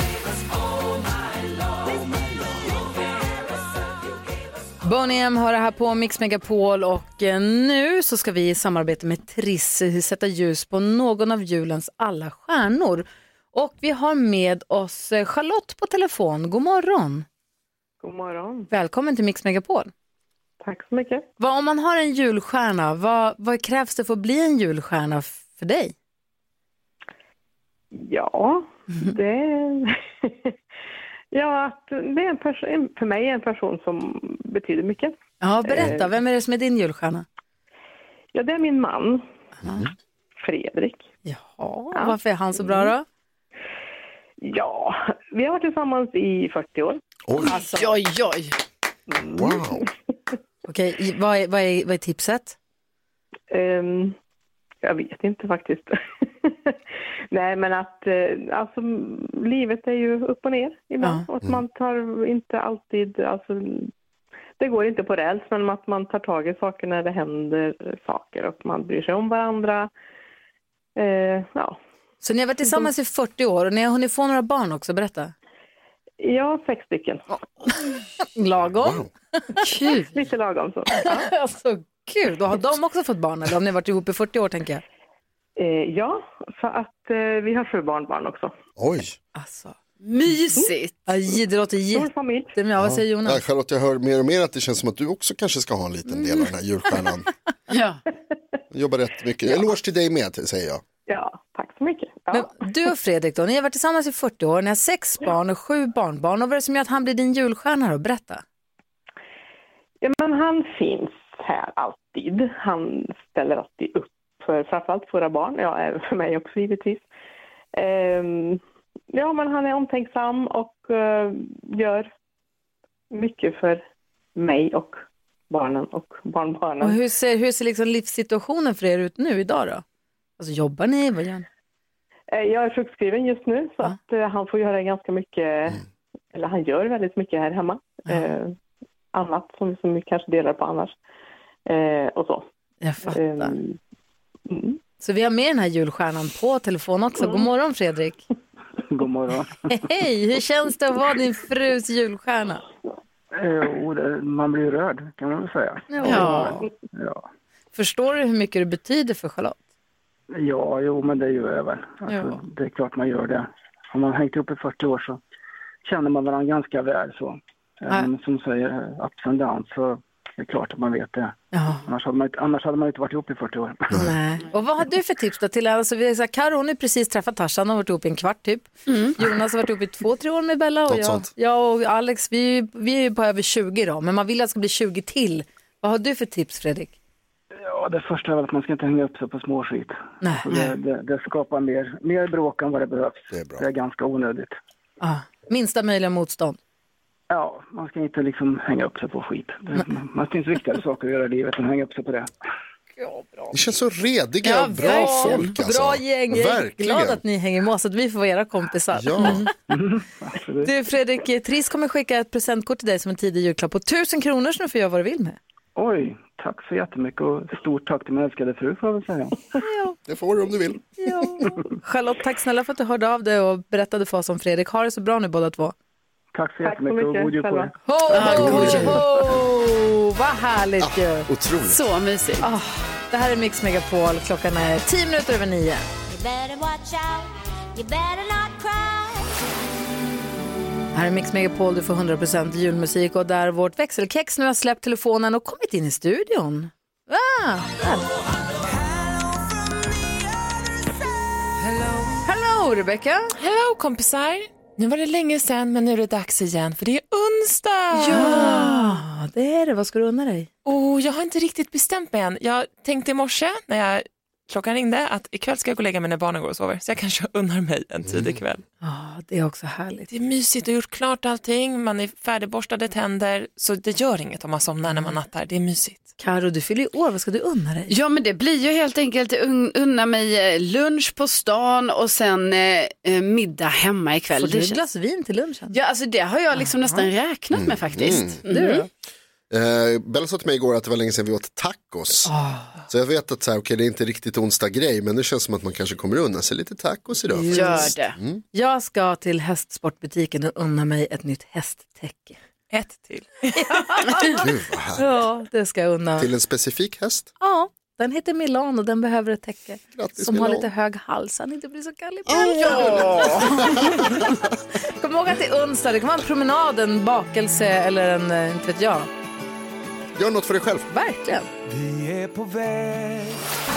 Bonnie M har det här på Mix Megapol och nu så ska vi i samarbete med Triss sätta ljus på någon av julens alla stjärnor. Och vi har med oss Charlotte på telefon. God morgon. God morgon. Välkommen till Mix Megapol. Tack så mycket. Om man har en julstjärna, vad krävs det för att bli en julstjärna för dig? Ja, det ja, att det är för mig en person som betyder mycket. Ja, berätta. Vem är det som är din julstjärna? Ja, det är min man. Fredrik. Ja, varför är han så bra då? Ja, vi har varit tillsammans i 40 år. Oj. Alltså, oj. Wow. Okej, vad är tipset? Jag vet inte faktiskt. Nej, men att alltså, livet är ju upp och ner ibland. Och att man tar inte alltid, alltså, det går inte på räls, men att man tar tag i saker när det händer saker och man bryr sig om varandra. Ja. Så ni har varit tillsammans i 40 år och ni har hunnit få några barn också, berätta. Ja, 6 stycken. Lagom? Wow. Kul. Lite lagom så. Ja. Alltså, kul. Då har de också fått barn, eller om ni har varit ihop i 40 år, tänker jag. Ja, för att vi har 7 barnbarn också. Oj. Alltså, mysigt. Ja, det låter jättemycket. Vad säger Jonas? Ja, Charlotte, jag hör mer och mer att det känns som att du också kanske ska ha en liten del av den här julstjärnan. Ja. Jobbar rätt mycket. Eloge till dig med, säger jag. Ja, tack så mycket. Ja. Men du och Fredrik då, ni har varit tillsammans i 40 år, ni har 6 barn och 7 barnbarn. Och vad är det som gör att han blir din julstjärna då? Berätta. Ja, men han finns här alltid. Han ställer alltid upp för framförallt för våra barn, ja, även för mig också givetvis. Ja, men han är omtänksam och gör mycket för mig och barnen och barnbarnen. Och hur ser liksom livssituationen för er ut nu idag då? Alltså jobbar ni? Vad gör ni? Jag är sjukskriven just nu så att han får göra ganska mycket, eller han gör väldigt mycket här hemma. Annat som vi kanske delar på annars. Och så. Jag fattar. Så vi har med den här julstjärnan på telefon också. God morgon Fredrik. God morgon. Hej, hur känns det att vara din frus julstjärna? Man blir rörd kan man väl säga. Ja. Förstår du hur mycket det betyder för Charlotte? Ja, jo, men det gör jag väl. Alltså, det är klart man gör det. Har man hängt upp i 40 år så känner man varandra ganska väl så. Som säger ups and downs så det är klart att man vet det. Ja. Annars hade man inte varit ihop i 40 år. Nej. Och vad har du för tips då till alltså, Karo, hon har precis träffat Tarzan och varit ihop i en kvart typ. Jonas har varit ihop i 2-3 år med Bella och jag och Alex, vi är ju på över 20 då, men man vill att det ska bli 20 till. Vad har du för tips, Fredrik? Ja, det första är väl att man ska inte hänga upp sig på småskit. Nej. Det skapar mer bråk än vad det behövs. Det är ganska onödigt. Minsta möjliga motstånd. Ja, man ska inte liksom hänga upp sig på skit. Man finns viktigare saker att göra i livet än att hänga upp sig på det. Ja, bra. Det känns så rediga och bra folk. Alltså. Bra gäng. Jag är glad att ni hänger med oss, att vi får vara era kompisar. Ja. Du Fredrik, Triss kommer skicka ett presentkort till dig som en tidig julklapp på 1000 kronor så nu får jag vad du vill med. Oj, tack så jättemycket och stort tack till min älskade fru får jag väl säga. Ja. Det får du om du vill. Ja. Charlotte, tack snälla för att du hörde av dig och berättade för oss om Fredrik. Ha det så bra nu båda två. Tack så jättemycket och god jul på er. Vad härligt ju. Otroligt. Så mysigt. Det här är Mix Megapol. Klockan är 10 minuter över 9. Här är Mix Megapol, du får 100% julmusik och där vårt växelkex nu har släppt telefonen och kommit in i studion. Hello Rebecca. Hello kompisar. Nu var det länge sedan men nu är det dags igen för det är onsdag. Ja, det är det. Vad ska du unna dig? Jag har inte riktigt bestämt mig än. Jag tänkte i morse när klockan ringde att ikväll ska jag gå och lägga mig när barnen går och sover. Så jag kanske unnar mig en tidig kväll. Det är också härligt. Det är mysigt och gjort klart allting. Man är färdigborstade tänder. Så det gör inget om man somnar när man nattar. Det är mysigt. Karo, du fyller ju år. Vad ska du unna dig? Ja, men det blir ju helt enkelt unna mig lunch på stan och sen middag hemma ikväll. Får du ett glas vin till lunchen? Ja, alltså det har jag liksom nästan räknat med faktiskt. Du då? Bella sa till mig igår att det var länge sedan vi åt tacos. Så jag vet att det är inte riktigt onsdag grej, men det känns som att man kanske kommer unna sig lite tacos idag. Gör det. Jag ska till hästsportbutiken och unna mig ett nytt hästtäcke. Ett till. Gud vad härligt. Ja, det ska jag unna. Till en specifik häst? Ja, den heter Milan och den behöver ett täcke. Grattis, som Milan. har lite hög hals så han inte blir så kall i Kom ihåg att det är onsdag. Det kan vara en promenad, en bakelse eller en, inte vet jag. Gör något för dig själv. Verkligen. Vi är på väg.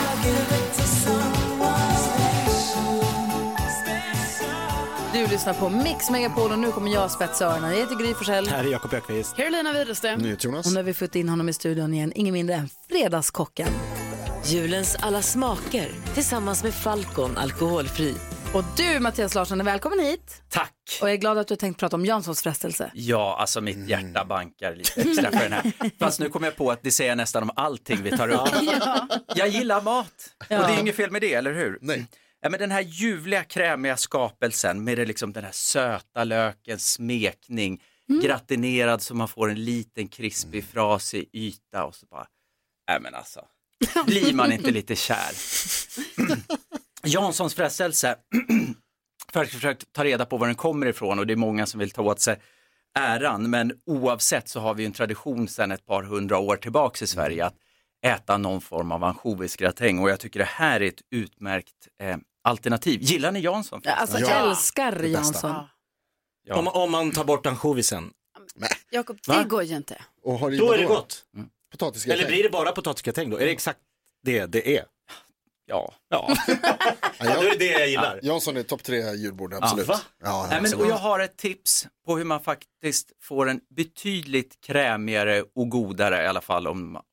Du lyssnar på Mix Megapol och nu kommer jag spetsa öronen. Jag heter Gry Forssell. Här är Jakob Öqvist. Carolina Widerström. Jonas. Och nu har vi fått in honom i studion igen. Ingen mindre än Fredagskocken. Julens alla smaker tillsammans med Falcon alkoholfri. Och du Mattias Larsson är välkommen hit. Tack. Och jag är glad att du har tänkt prata om Janssons frestelse. Ja, alltså mitt hjärta bankar lite extra för den här. Fast nu kommer jag på att det säger nästan om allting vi tar upp. Jag gillar mat. Och det är inget fel med det, eller hur? Nej. Ja, men den här ljuvliga, krämiga skapelsen med det liksom den här söta löken, smekning, gratinerad så man får en liten krispig frasig yta och så bara, men alltså, blir man inte lite kär? Janssons frestelse, för att försöka ta reda på var den kommer ifrån och det är många som vill ta åt sig äran, men oavsett så har vi en tradition sedan ett par 100 år tillbaka i Sverige att äta någon form av ansjovisgratäng och jag tycker det här är ett utmärkt alternativ. Gillar ni Jansson? Ja, alltså jag älskar Jansson. Ja. Om man tar bort ansjovisen. Jakob, det går ju inte. Och har då är det gott. Potatisgratäng. Eller blir det bara potatisgratäng då? Är det exakt det är? Ja. Ja, då är det det jag gillar. Jansson är topp 3 julbord, absolut. Ja, men, och jag har ett tips på hur man faktiskt får en betydligt krämigare och godare, i alla fall om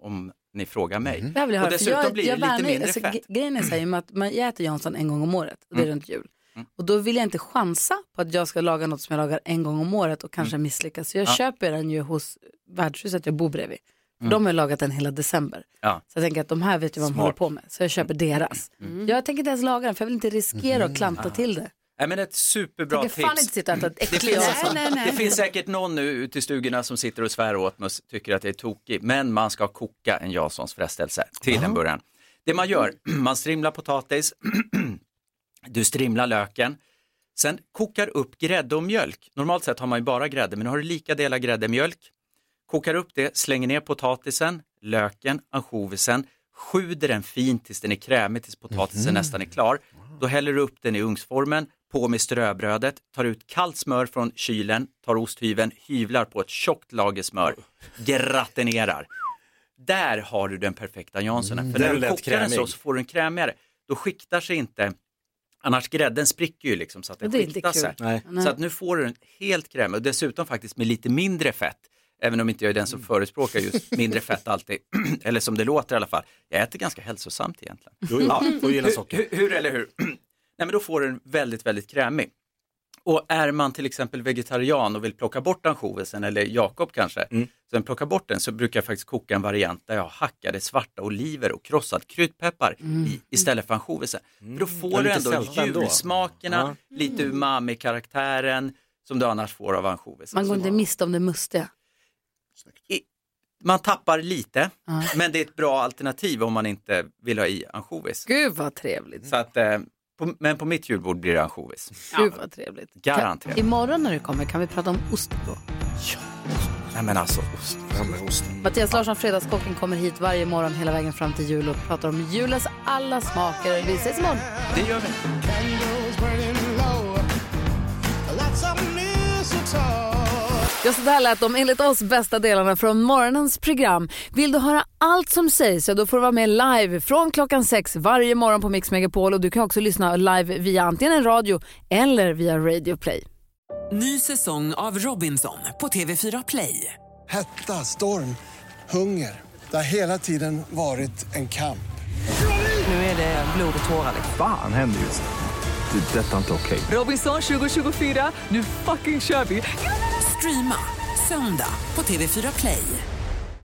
ni frågar mig. Det vill jag och dessutom blir det lite mindre fett. Grejen är så här, att man äter Jansson en gång om året och det är runt jul. Och då vill jag inte chansa på att jag ska laga något som jag lagar en gång om året och kanske misslyckas. Så jag köper den ju hos värdshuset jag bor bredvid. För de har lagat den hela december. Så jag tänker att de här vet ju vad de håller på med. Så jag köper deras. Jag tänker inte ens laga den för jag vill inte riskera att klanta till det. Nej, men ett superbra tips. Fan inte sitta och äta ett äckligt Det finns säkert någon nu ute i stugorna som sitter och svär åt mig och tycker att det är tokigt. Men man ska koka en Jasons frestelse till en början. Det man gör, man strimlar potatis, du strimlar löken. Sen kokar upp grädde och mjölk. Normalt sett har man ju bara grädde, men nu har du lika delar grädde och mjölk. Kokar upp det, slänger ner potatisen, löken, ansjovisen, sjuder den fint tills den är krämig, tills potatisen nästan är klar. Då häller du upp den i ugnsformen, på med ströbrödet, tar ut kallt smör från kylen, tar osthyveln, hyvlar på ett tjockt lager smör, gratinerar. Där har du den perfekta Janssonen. För när du kokar den så får du en krämigare. Då skiktar sig inte, annars grädden spricker ju liksom så att den skiktar sig. Så att nu får du den helt krämig och dessutom faktiskt med lite mindre fett. Även om inte jag är den som förespråkar just mindre fett alltid. Eller som det låter i alla fall. Jag äter ganska hälsosamt egentligen. Och gillar socker. Hur eller hur? Nej, men då får den väldigt, väldigt krämig. Och är man till exempel vegetarian och vill plocka bort ansjovisen, eller Jakob kanske, sen plocka bort den, så brukar jag faktiskt koka en variant där jag hackade svarta oliver och krossad kryddpeppar istället för ansjovisen. För då får du ändå julsmakerna, lite umami-karaktären som du annars får av ansjovisen. Man går inte miste om det mustiga. Man tappar lite, men det är ett bra alternativ om man inte vill ha i ansjovis. Gud vad trevligt. Så att, men på mitt julbord blir det ansjovis. Gud vad trevligt. Garanterat. Imorgon när du kommer kan vi prata om ost då. Ja, nej men alltså ost. Mattias Larsson, Fredagskocken, kommer hit varje morgon hela vägen fram till jul och pratar om julens alla smaker. Vi ses imorgon. Det gör vi. Ja, så där lät de enligt oss bästa delarna från morgonens program. Vill du höra allt som sägs så då får du vara med live från 6:00 varje morgon på Mix Megapol. Och du kan också lyssna live via antingen en radio eller via Radio Play. Ny säsong av Robinson på TV4 Play. Hetta, storm, hunger. Det har hela tiden varit en kamp. Nu är det blod och tårar. Fan händer just nu. Det är detta inte okej. Robinson 2024, nu fucking kör vi. Streama söndag på TV4 Play.